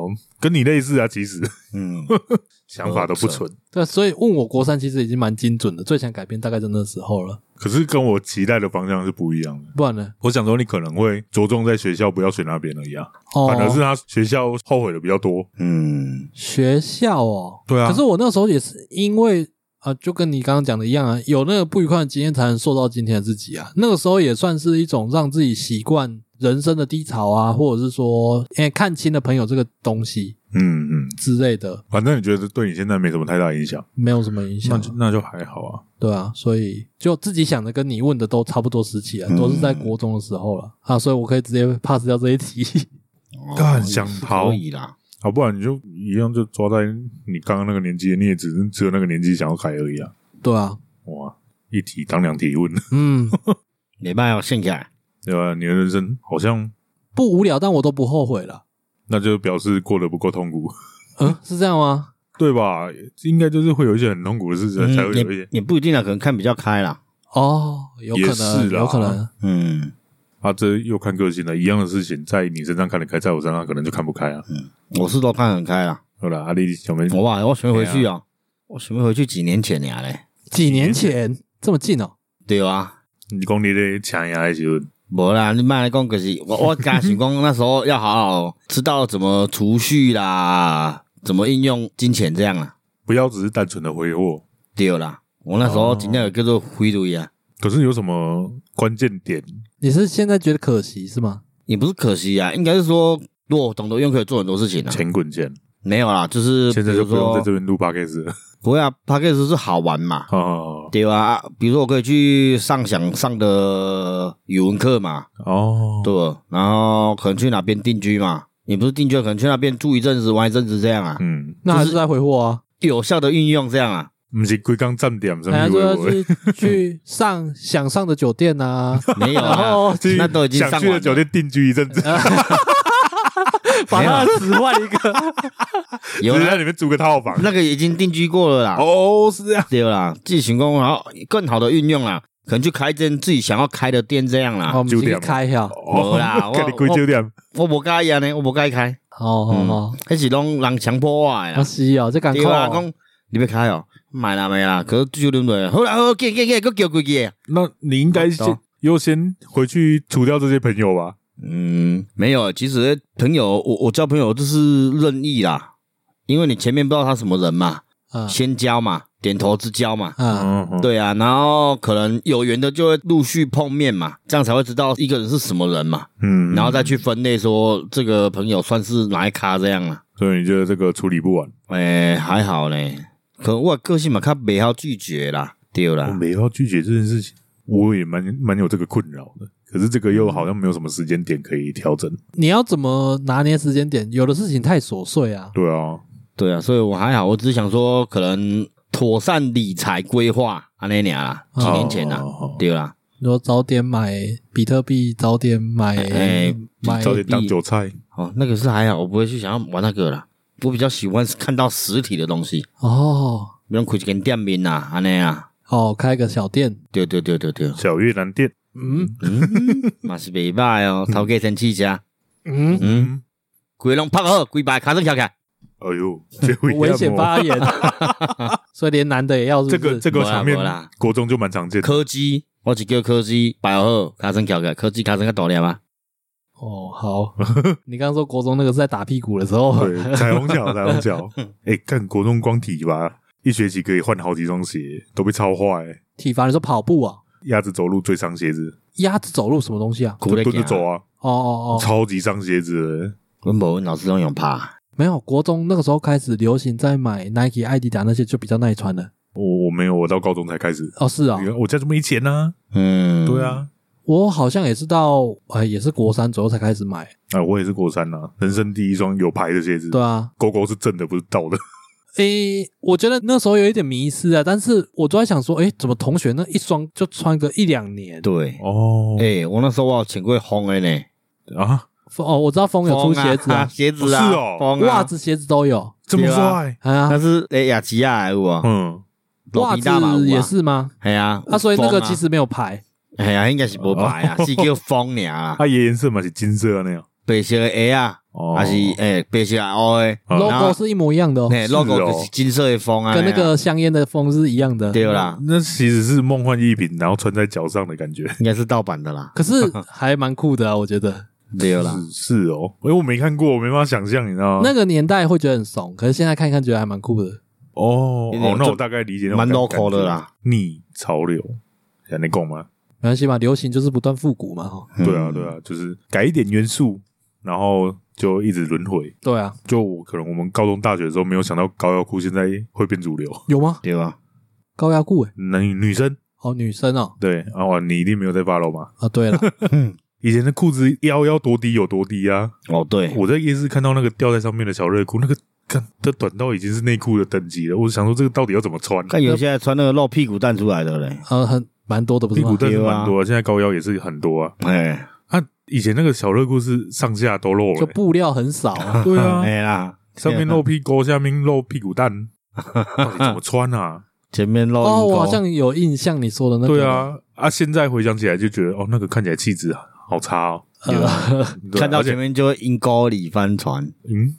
跟你类似啊，其实想法都不蠢。 对，所以问我国三其实已经蛮精准的，最想改变大概在那时候了。 可是跟我期待的方向是不一样的。 不然呢？ 我想说你可能会着重在学校不要选那边而已啊，反而是他学校后悔的比较多。 学校对啊。 可是我那时候也是因为就跟你刚刚讲的一样啊，有那个不愉快的经验才能塑造今天的自己啊。那个时候也算是一种让自己习惯人生的低潮啊，或者是说看清了朋友这个东西之类的。 反正你觉得对你现在没什么太大影响？ 没有什么影响， 那就还好啊。 对啊，所以就自己想的跟你问的都差不多时期啊，都是在国中的时候了所以我可以直接 pass 掉这一题。 干想逃可以啦， 好，不然你就一样就抓在你刚刚那个年纪，你也只有那个年纪想要开而已啊。 对啊， 哇，一题当两题问。 没办法陷起来。 对吧？你的人生好像不无聊，但我都不后悔了。 那就表示过得不够痛苦。 是这样吗？ 对吧？应该就是会有一些很痛苦的事情才会有一些。 也不一定啦，可能看比较开啦。 有可能，有可能。 这又看个性了。一样的事情，在你身上看得开，在我身上可能就看不开啊。 我是都看很开啦。 好啦，你想没？ 我准备回去啊！我准备回去几年前呀嘞。 几年前这么近哦？ 对啊。 你讲你咧抢牙的时候。 没啦，你慢来讲，可是我刚想讲那时候要好好知道怎么储蓄啦，怎么运用金钱这样啦， 不要只是单纯的挥霍。 对啦，我那时候真的有叫做挥霍啊。 可是有什么关键点？ 你是现在觉得可惜是吗？ 也不是可惜啊，应该是说如果懂得用可以做很多事情啊。 钱滚钱。 没有啦，就是现在就不用在这边录 podcast 了。 不会啊 ，podcast 是好玩嘛。对啊，比如说我可以去上想上的语文课嘛。对，然后可能去哪边定居嘛。也不是定居，可能去那边住一阵子，玩一阵子这样啊。 那还是在挥霍啊， 有效的运用这样啊。 不是规工站点什么？ 就要去想上的酒店啊。 没有啊，那都已经上完了。 想去的酒店定居一阵子。 把他的词换一个， 有在里面租个套房， 那个已经定居过了啦。 是这样。 对啦，自己成功，然后更好的运用啦，可能去开一间自己想要开的店这样啦。 我们直接开呀。 没啦，我不介意呢，我不介意开。那是拢人强迫我的啦。 是哦，这赶快。 对啦，讲你要开哦，买啦没啦，可是酒店对，好啦好，给，搁叫几个。 那你应该优先回去除掉这些朋友吧。 没有，其实朋友，我交朋友就是任意啦，因为你前面不知道他什么人嘛，先交嘛，点头之交嘛，对啊，然后可能有缘的就会陆续碰面嘛，这样才会知道一个人是什么人嘛，然后再去分类说这个朋友算是哪一咖这样啦。 所以你觉得这个处理不完？ 还好嘞，可能我个性嘛，较不好拒绝啦，对啦， 不好拒绝这件事情，我也蛮有这个困扰的。可是这个又好像没有什么时间点可以调整。 你要怎么拿捏时间点？有的事情太琐碎啊。 对啊，所以我还好，我只是想说，可能妥善理财规划那年啦，几年前啦，对啦。 你说早点买比特币，早点买早点当韭菜。 那个是还好，我不会去想要玩那个啦。我比较喜欢看到实体的东西。比如开一间店面啦，安尼啊。 开个小店。 对， 小越南店。 嘛是袂歹哦，头家先试下。规拢拍好，规排卡上翘起来。 哎呦， 危险发言。所以连男的也要是不是？ 这个场面国中就蛮常见的。 柯基，我只叫柯基摆好，卡上翘起来，柯基卡上较大粒啊。 好。你刚刚说国中那个是在打屁股的时候。 对，彩虹脚。看国中光体罚，一学期可以换好几双鞋，都被超坏。 体罚你说跑步啊？ 鸭子走路最伤鞋子。 鸭子走路什么东西啊？ 蹲着走啊。超级伤鞋子的。 我们老师都用怕。 没有，国中那个时候开始流行在买 Nike、艾迪达那些就比较耐穿了。 我没有，我到高中才开始。 是啊。 我家就没钱啊。对啊。 我好像也是到也是国三左右才开始买。 我也是国三啊，人生第一双有牌的鞋子。 对啊。 勾勾是正的，不是倒的。 我觉得那时候有一点迷思啊，但是我都在想说，怎么同学那一双就穿个1-2年？ 对。我那时候我有请过风的呢。 我知道风有出鞋子啊， 鞋子啊， 袜子、鞋子都有， 这么帅。 那是雅琪亚有啊。 袜子也是吗？所以那个其实没有牌。 应该是没牌啊，是叫风尔啊。 它颜色嘛是金色那样。 白色的鞋啊， 还是白色黑的 logo 是一模一样的哦 ，logo 就是金色的风啊， 跟那个香烟的风是一样的。 对啦， 那其实是梦幻一品，然后穿在脚上的感觉， 应该是盗版的啦。 可是还蛮酷的啊，我觉得。 对啦， 是哦，因为我没看过，我没办法想象，你知道吗？ 那个年代会觉得很怂，可是现在看一看觉得还蛮酷的。 哦，那我大概理解， 蛮 local 的啦， 逆潮流，像你讲吗？ 没关系嘛，流行就是不断复古嘛。 对啊，对啊，就是改一点元素，然后就一直轮回。 对啊， 就可能我们高中、大学的时候没有想到高腰裤现在会变主流， 有吗？ 对吧？ 高腰裤女生哦，女生哦， 对啊，你一定没有在 follow 嘛？ 啊，对了。 以前的裤子腰多低有多低啊？ 哦，对， 我在夜市看到那个吊在上面的小热裤，那个看这短到已经是内裤的等级了。我想说这个到底要怎么穿？ 看有些穿那个露屁股蛋出来的嘞， 蛮多的，不是吗？ 屁股蛋是蛮多啊，现在高腰也是很多啊。以前那个小热裤是上下都露了， 就布料很少啊。 对啊， 啦， 上面露屁股，下面露屁股蛋，到底怎么穿啊？ 前面露哦，我好像有印象你说的那个。 对啊，现在回想起来就觉得那个看起来气质好差哦。 看到前面就会阴沟里翻船。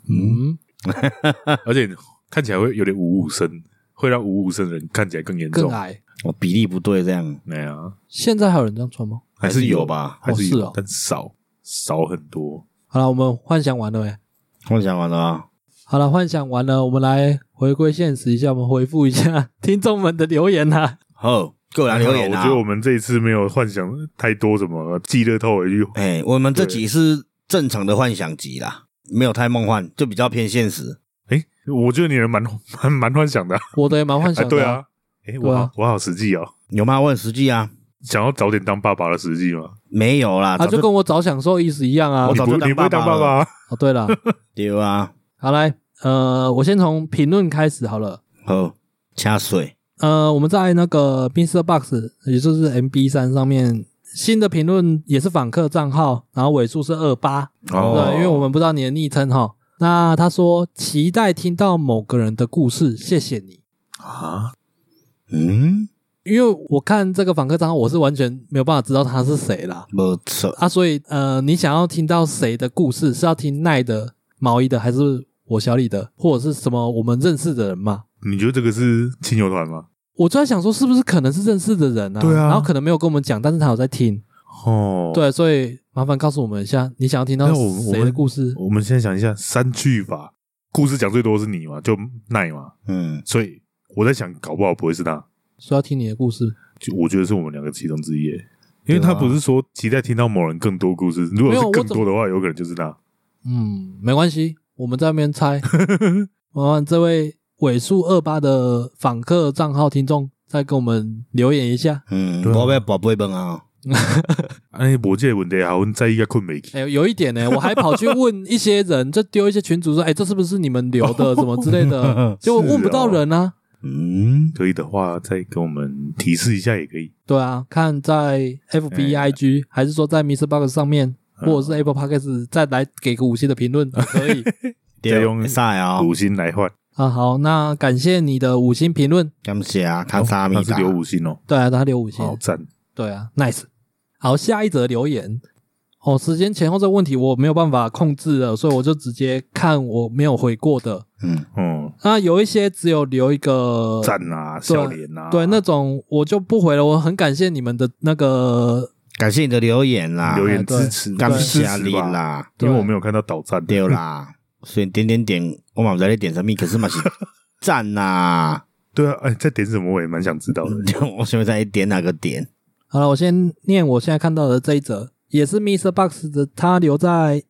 而且看起来会有点五五身，会让五五身的人看起来更严重， 更矮。 比例不对这样。 对啊， 现在还有人这样穿吗？ 还是有吧， 还是有， 哦， 但少很多。 好了，我们幻想完了没？ 幻想完了啊。 好了，幻想完了，我们来回归现实一下，我们回复一下听众们的留言啊。 好，各人留言啊。 我觉得我们这一次没有幻想太多什么记乐透回去。 我们这集是正常的幻想集啦，没有太梦幻，就比较偏现实。 我觉得你人蛮幻想的。 我的也蛮幻想的。 对啊。我好实际哦。 有吗？我很实际啊。 想要早点当爸爸的实际吗？ 没有啦， 就跟我早享受意思一样啊。 你不会当爸爸。 哦，对了。 对啊。 好，来，我先从评论开始好了。 好，掐水。 我们在那个 MixerBox， 也就是 MB3 上面新的评论也是访客账号，然后尾数是28。对，因为我们不知道你的昵称哈。那他说期待听到某个人的故事，谢谢你啊。 因为我看这个访客账号，我是完全没有办法知道他是谁啦。 没错啊， 所以你想要听到谁的故事？是要听奈的、毛衣的，还是我小李的，或者是什么我们认识的人吗？ 你觉得这个是亲友团吗？ 我就在想说，是不是可能是认识的人啊？ 对啊， 然后可能没有跟我们讲，但是他有在听。对，所以麻烦告诉我们一下，你想要听到谁的故事？ 我们现在想一下3句法，故事讲最多是你嘛，就奈嘛。所以我在想，搞不好不会是他。 说要听你的故事， 就我觉得是我们两个其中之一，因为他不是说期待听到某人更多故事，如果是更多的话，有可能就是他。 没关系，我们在那边猜。这位尾数28的访客账号听众再跟我们留言一下。 我要宝贝本啊。 我这个问题好，在一个困没起。 有一点我还跑去问一些人，就丢一些群组说，这是不是你们留的什么之类的，结果问不到人啊。 可以的话再跟我们提示一下也可以。 对啊，看在 FB、IG 还是说在 MixerBox 上面，或者是 Apple Podcast 再来给个5星的评论可以。 再用5星来换。 好，那感谢你的5星评论。 感谢啊，看啥米？ 他是留5星哦。 对啊，他留5星， 好赞。 对啊 ，nice。好，下一则留言。时间前后这个问题我没有办法控制了，所以我就直接看我没有回过的。那有一些只有留一个赞啊、笑脸啊， 对，那种我就不回了。我很感谢你们的那个， 感谢你的留言啦， 留言支持， 感谢你啦， 因为我没有看到倒赞。 对啦，所以点，我嘛不知道在点什么，可是嘛是赞呐。 对啊，在点什么我也蛮想知道的。 我现在在点哪个点？ 好了，我先念我现在看到的这一则。也是 MixerBox 的，他留在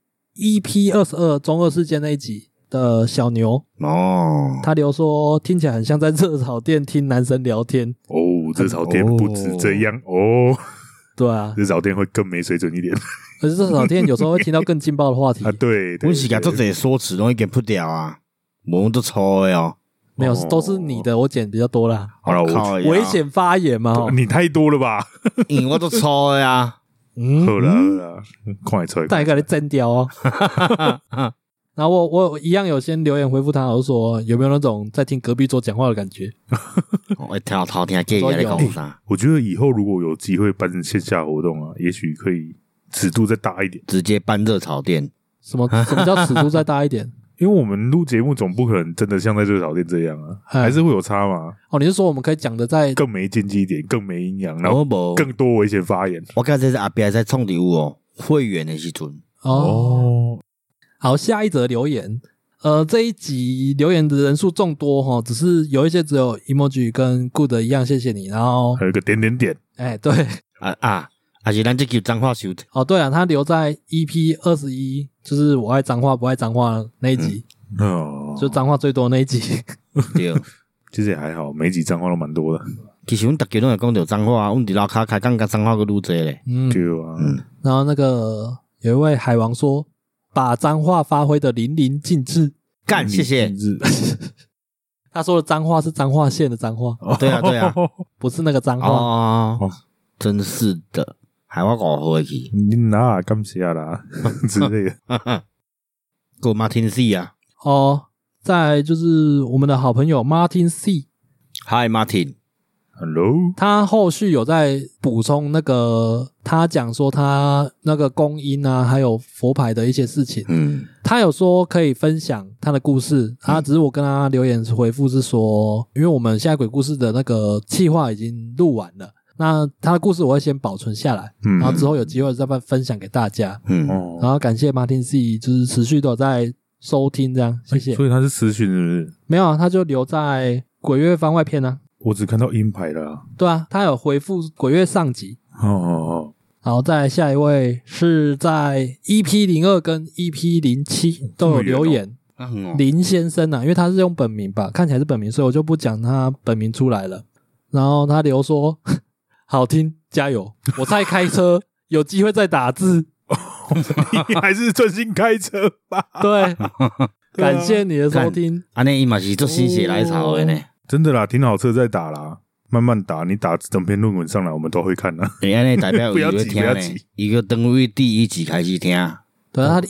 EP22 中二事件那一集的小牛他留说听起来很像在热炒店听男生聊天。 热炒店不止这样对啊， 热炒店会更没水准一点。 可是热炒店有时候会听到更劲爆的话题啊。对， 我是给这些说辞容易给扑掉啊，我们都错的没有，都是你的，我剪比较多啦。 好了， 危险发言嘛， 你太多了吧？ 我都错的呀。 好了，快出来， 大概你真掉哦。然后我一样有先留言回复他，我说有没有那种在听隔壁桌讲话的感觉？ 我听偷听介意在讲啥？ 我觉得以后如果有机会办线下活动啊，也许可以尺度再大一点， 直接办热炒店。 什么叫尺度再大一点？ 因为我们录节目总不可能真的像在热炒店这样啊，还是会有差嘛。 哦，你是说我们可以讲的再更没经济一点，更没营养，然后更多危险发言。 我看这是阿伯在创礼物哦，会员的时阵。 哦，好，下一则留言。这一集留言的人数众多齁，只是有一些只有 emoji 跟 good 一样，谢谢你，然后还有一个点点点。 对还是咱这集脏话修的。 哦，对啊，他留在 EP 21，就是我爱脏话不爱脏话那一集，就脏话最多那一集。 对， 其实也还好，每一集脏话都蛮多的。 其实我们大家都会讲到脏话，我们伫楼骹开讲个脏话个愈多咧。 对啊， 然后那个有一位海王说，把脏话发挥的淋漓尽致， 干，谢谢。 他说的脏话是彰化县的脏话， 对啊， 不是那个脏话。 哦，真是的。还我误会去， 你哪感谢啦之类的。 够 Martin C 啊！ 哦，再来就是我们的好朋友 Martin C。Hi Martin，Hello。 他后续有在补充那个，他讲说他那个公音啊，还有佛牌的一些事情。他有说可以分享他的故事，只是我跟他留言回复是说，因为我们现在鬼故事的那个企划已经录完了。那他的故事我会先保存下来，然后之后有机会再分享给大家。然后感谢 Martin C， 就是持续都有在收听，这样谢谢。 所以他是私讯是不是？ 没有啊，他就留在鬼月番外篇啊。 我只看到鹰牌了啊。 对啊，他有回复鬼月上集。然后再来下一位是在 EP02 跟 EP07 都有留言。林先生啊，因为他是用本名吧，看起来是本名，所以我就不讲他本名出来了。然后他留说好听，加油！我在开车，有机会再打字。 你还是专心开车吧。 对，感谢你的收听。 安尼伊嘛是做心血来潮的呢。 真的啦，停好车再打啦，慢慢打。你打整篇论文上来，我们都会看啦。 你安尼代表有会听呢，一个登位第一集开始听。 对，他的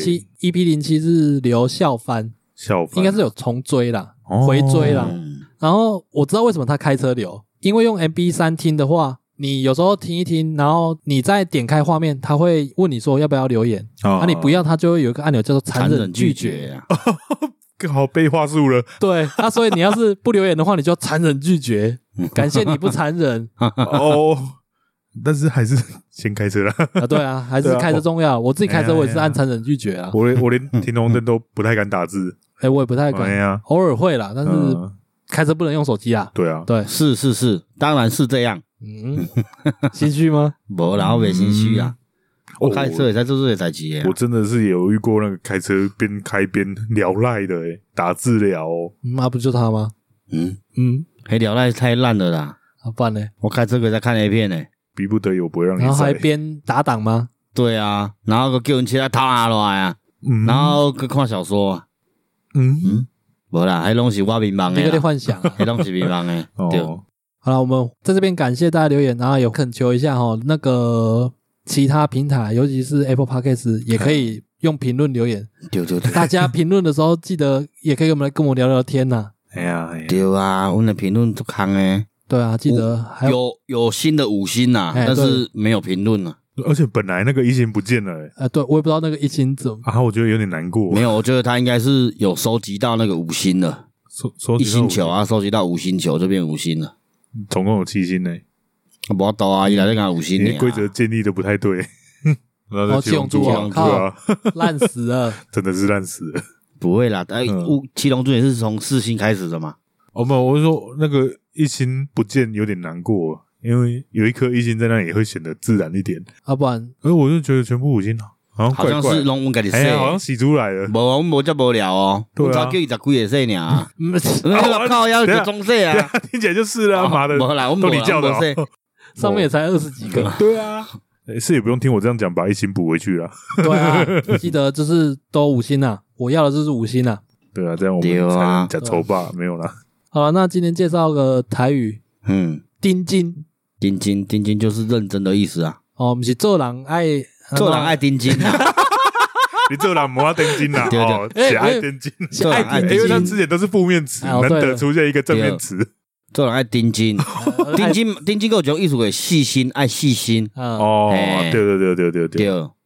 EP07 是留校番，应该是有重追啦，回追啦。然后我知道为什么他开车留。因为用 MB3 听的话，你有时候听一听，然后你再点开画面，他会问你说要不要留言，你不要，他就会有一个按钮叫做残忍拒绝啊。 更好背话术了。 对，所以你要是不留言的话，你就残忍拒绝。感谢你不残忍。 但是还是先开车啦。 对啊，还是开车重要。我自己开车我也是按残忍拒绝啊。 我连停红灯都不太敢打字。 我也不太敢，偶尔会啦，但是开车不能用手机啊。 对啊， 对，是，当然是这样。 心虚吗？ 没啦，我没心虚啊。我开车也在做这些代志啊。 我真的是有遇过那个开车边开边聊赖的打字聊那不就他吗？ 黑聊赖太烂了啦。 不然呢？ 我开车可以在看 A 片呢。 逼不得已我不会让你。 然后还边打档吗？ 对啊，然后叫人起来掏下来啊，然后去看小说啊。没啦，还拢是我迷茫的， 你有点幻想， 还拢是迷茫的。对， 好了，我们在这边感谢大家留言，然后有恳求一下那个其他平台，尤其是 Apple Podcast 也可以用评论留言。 对， 大家评论的时候记得也可以跟我们聊聊天呐。 对啊，我们的评论都看诶。 对啊，记得还有新的5星呐，但是没有评论了。 而且本来那个1星不见了对，我也不知道那个1星怎么我觉得有点难过。 没有，我觉得他应该是有收集到那个5星了，1星球啊，收集到5星球就变5星了。 总共有7星呢。 不知道啊，一来就讲5星呢。 规则建立的不太对。 七龙珠啊，靠，烂死了， 真的是烂死了。 不会啦，七龙珠也是从4星开始的嘛。 没有，我是说那个1星不见有点难过。因为有一颗1星在那里也会显得自然一点， 不然， 我就觉得全部5星好像是龙文给你洗， 好像洗出来了。 我们这无聊哦，我才叫20几个岁尔，靠腰就中岁啊， 听起来就是啦，妈的，都你叫的， 上面也才20几个， 对啊，是也不用听我这样讲，把1星补回去了。 对啊，记得就是都5星啊，我要的就是5星啊。 对啊，这样我们才能讲丑霸没有啦。 好了，那今天介绍个台语，丁金。 丁金就是认真的意思啊。 不是做人爱丁金啊。 你做人没丁金啊。是爱丁金，因为他之前都是负面词，难得出现一个正面词。 做人爱丁金，丁金有种意思为细心，爱细心。 对。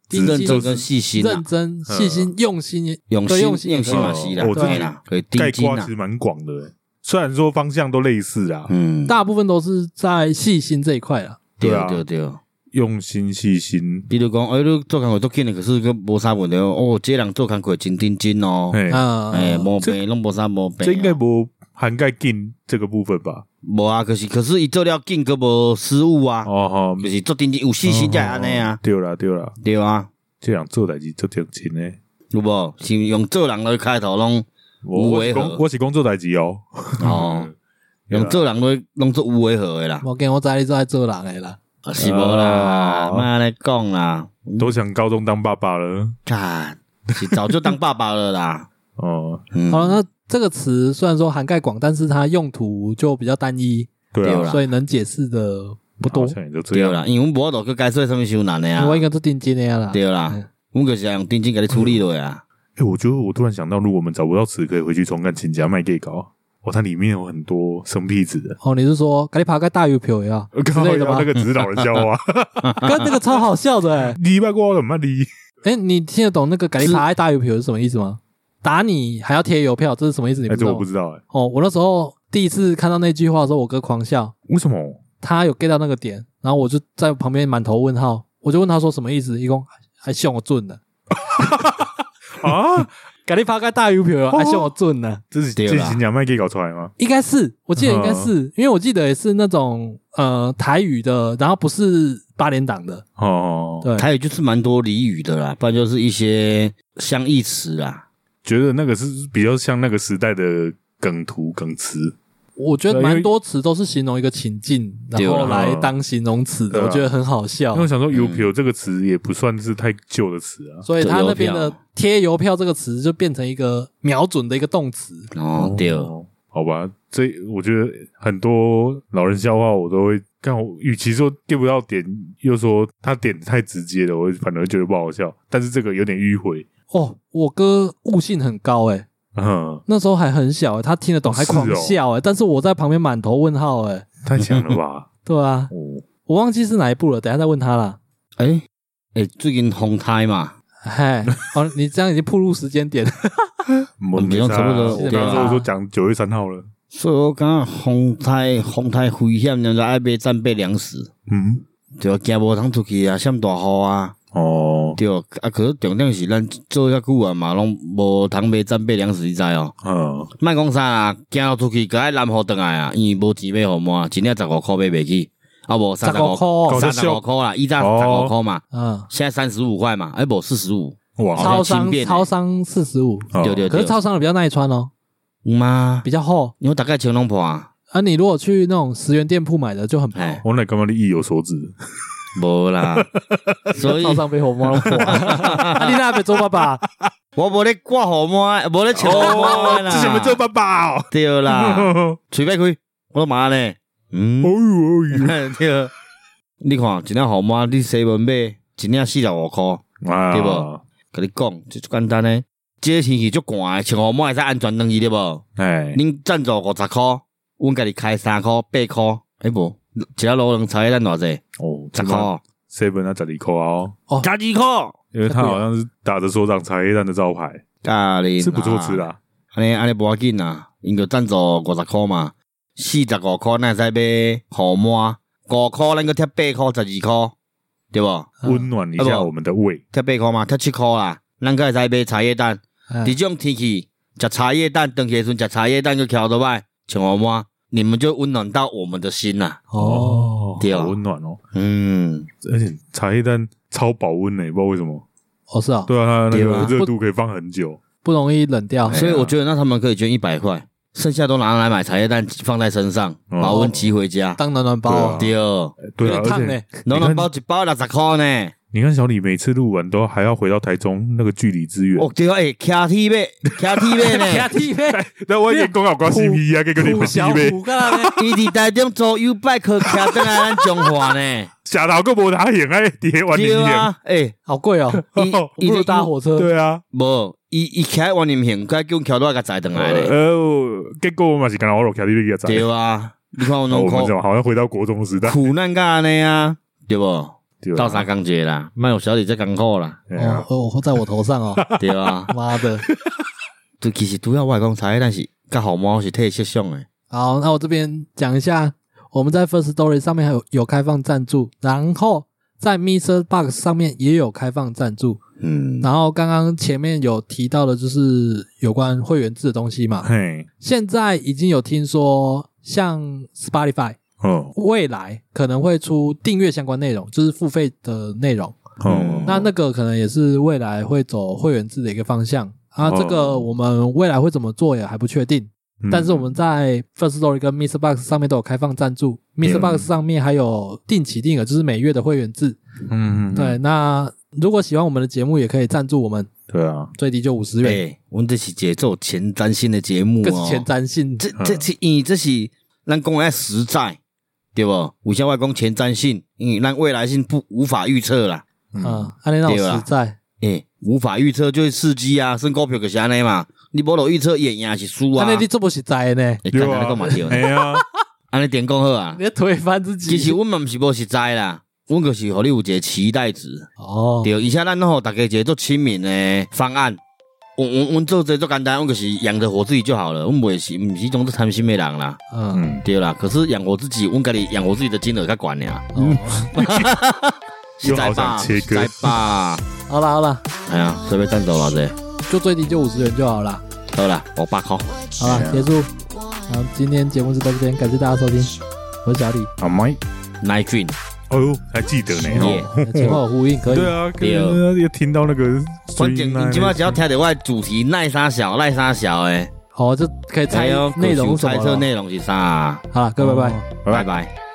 认真跟细心， 认真、细心、用心嘛是啦，对啦， 概括其实蛮广的。虽然说方向都类似啊， 大部分都是在细心这一块啦。 对啊，对， 用心细心。 比如讲，你做工课做紧的，可是个无啥问题哦。这人做工课真认真哦，无病，拢无啥毛病。 这应该无涵盖紧这个部分吧？ 无啊，可是伊做了紧，佮无失误啊。就是做认真有细心才安尼啊。 对啦， 对啊， 这人做代志做认真呢， 有无？是用做人来开头拢。 我是讲做代志哦， 用做人拢做有违和的啦。 我跟我知你做爱做人的啦， 是无啦，莫来讲啦， 都想高中当爸爸了， 看是早就当爸爸了啦。 好了，那这个词虽然说涵盖广，但是它用途就比较单一， 对啊， 所以能解释的不多。 对啦，因为我们无度去解释什么伤难的啊。 我应该做定金的呀啦。 对啦，我们就是用定金给你处理了呀。 我觉得我突然想到，如果我们找不到词，可以回去重看《请假卖 gay 稿》。它里面有很多生僻字的。 你是说给你爬个大油票呀？之类的吗？ 那个只是老人笑话， 跟那个超好笑的。 你卖过怎么离？ 你听得懂那个给你爬大油票是什么意思吗？打你还要贴邮票，这是什么意思？你不知道？ 这我不知道。 我那时候第一次看到那句话的时候，我哥狂笑。 为什么？ 他有 get 到那个点，然后我就在旁边满头问号，我就问他说什么意思？一共还凶我准的啊！给你拍个大邮票，还凶我准呢？ 这是新疆麦给搞出来吗？ 应该是，我记得应该是，因为我记得也是那种台语的，然后不是8连档的对，台语就是蛮多俚语的啦，不然就是一些相异词啦。 觉得那个是比较像那个时代的梗图梗词。 我觉得蛮多词都是形容一个情境，然后来当形容词的，我觉得很好笑。 因为我想说邮票这个词也不算是太旧的词啊， 所以他那边的贴邮票这个词就变成一个瞄准的一个动词。 对， 好吧，这我觉得很多老人笑话我都会看，与其说 get 不到点，又说他点太直接了，我反而觉得不好笑。但是这个有点迂回。 我哥悟性很高那时候还很小他听得懂还狂笑但是我在旁边满头问号太强了吧？ 对啊，我忘记是哪一部了，等一下再问他啦。 最近红胎嘛， 你这样已经暴露时间点了。 我们差不多， 我刚刚说讲9月3号了， 所以我刚刚红胎危险，人家爱买战备粮食，就惊无通出去啊，闪大雨啊。对可是重点是咱做遐久啊嘛，拢无通买战备粮食，你知莫讲啥啊，行到出去，佮爱拦雨转来啊，因为无钱买号码，一领15块买袂起，无35块啦，以前15块嘛，现在35块嘛，无45， 哇，超商45， 对， 可是超商的比较耐穿吗？ 比较厚， 因为大概穿拢破啊。 你如果去那种10元店铺买的就很薄。 我那感觉你意有所指。 无啦，所以超商被红毛破你那被做爸爸？ 我无咧挂红毛，无咧抢红毛啦。 这什么做爸爸？ 对啦，嘴巴开，我都骂呢。对，你看一领红毛，你7买，一领45块，对不？跟你讲，就简单呢。这个天气足寒的，穿红毛会使安全登记对不？恁赞助50块，阮家己开3块、8块，无。一个路人茶叶蛋多少？10块 ，7啊12块 12块， 因为他好像是打着所长茶叶蛋的招牌，是不错吃啦。 安尼无要紧啦，因就赞助50块嘛，45块咱会使买号码，5块咱个贴8块12块，对不？ 温暖一下我们的胃。 贴8块嘛，贴7块啦，咱个会使买茶叶蛋。这种天气吃茶叶蛋，登起时阵吃茶叶蛋个翘倒摆，穿号码。你们就温暖到我们的心啦！对， 好温暖而且茶叶蛋超保温不知道为什么。 是啊， 对啊，它那个热度可以放很久， 不容易冷掉。 所以我觉得那他们可以捐100块，剩下都拿来买茶叶蛋放在身上，保温寄回家当暖包。 对啊，而且暖包一包60块呢。 你看小李每次录完都还要回到台中那个距离之远。 对啊，骑 T 呗呢， 骑 T 呗。那我演讲有关 CP 跟你们 T 呗。 伊伫台中做 U bike 骑转来咱中华呢。 下头个无他演伫万年县， 好贵伊就搭火车。 对啊， 无伊骑万年县，该叫桥多个载转来咧。 结果我嘛是刚好我骑 T 呗载。 对啊，你看我弄苦， 好像回到国中时代， 苦难噶呢啊，对不？ 到3工节啦，卖有小弟在艰苦啦。 哦，在我头上哦。 对啊， 妈的， 就其实主要外公猜，但是甲好猫是特色上诶。 好，那我这边讲一下，我们在 Firstory 上面还有开放赞助，然后在 MixerBox 上面也有开放赞助。然后刚刚前面有提到的就是有关会员制的东西嘛。现在已经有听说，像 Spotify。未来可能会出订阅相关内容，就是付费的内容。那个可能也是未来会走会员制的一个方向啊。这个我们未来会怎么做也还不确定。但是我们在 Firstory 跟 MixerBox 上面都有开放赞助，MixerBox 上面还有定期定额，就是每月的会员制。对，那如果喜欢我们的节目，也可以赞助我们。 对啊， 最低就50元。 我们这是节奏前瞻性的节目哦， 更是前瞻性。 因为这是咱讲的实在。对不？为啥我讲前瞻性？因为咱未来性无法预测啦。 安尼那实在， 无法预测就是刺激啊，升股票就是安尼嘛。你无落预测赢是输啊。 安尼你做不实在呢？ 对啊，你讲嘛对。哎呀，安尼点讲好啊。 你推翻自己。 其实阮嘛不是无实在啦，阮就是互你有一个期待值。对，而且咱互大家一个做亲民的方案。我做这做简单，我就是养着我自己就好了。我不是种做贪心的人啦。对啦。可是养我自己，我家里养我自己的金额较管呀。 又好想切割。 好了。 哎呀，随便赞助了这。 就最低就50元就好了。 好了，8块。 好了，结束。好，今天节目就到这边，感谢大家收听，我是小李。 好，Night Dream。 哦呦，还记得呢， 前后呼应可以。 对啊，又听到那个。 关键你今晚只要听到我的主题赖啥小就可以猜内容什么了。 猜测内容是啥？ 好了，各位拜拜， 拜拜。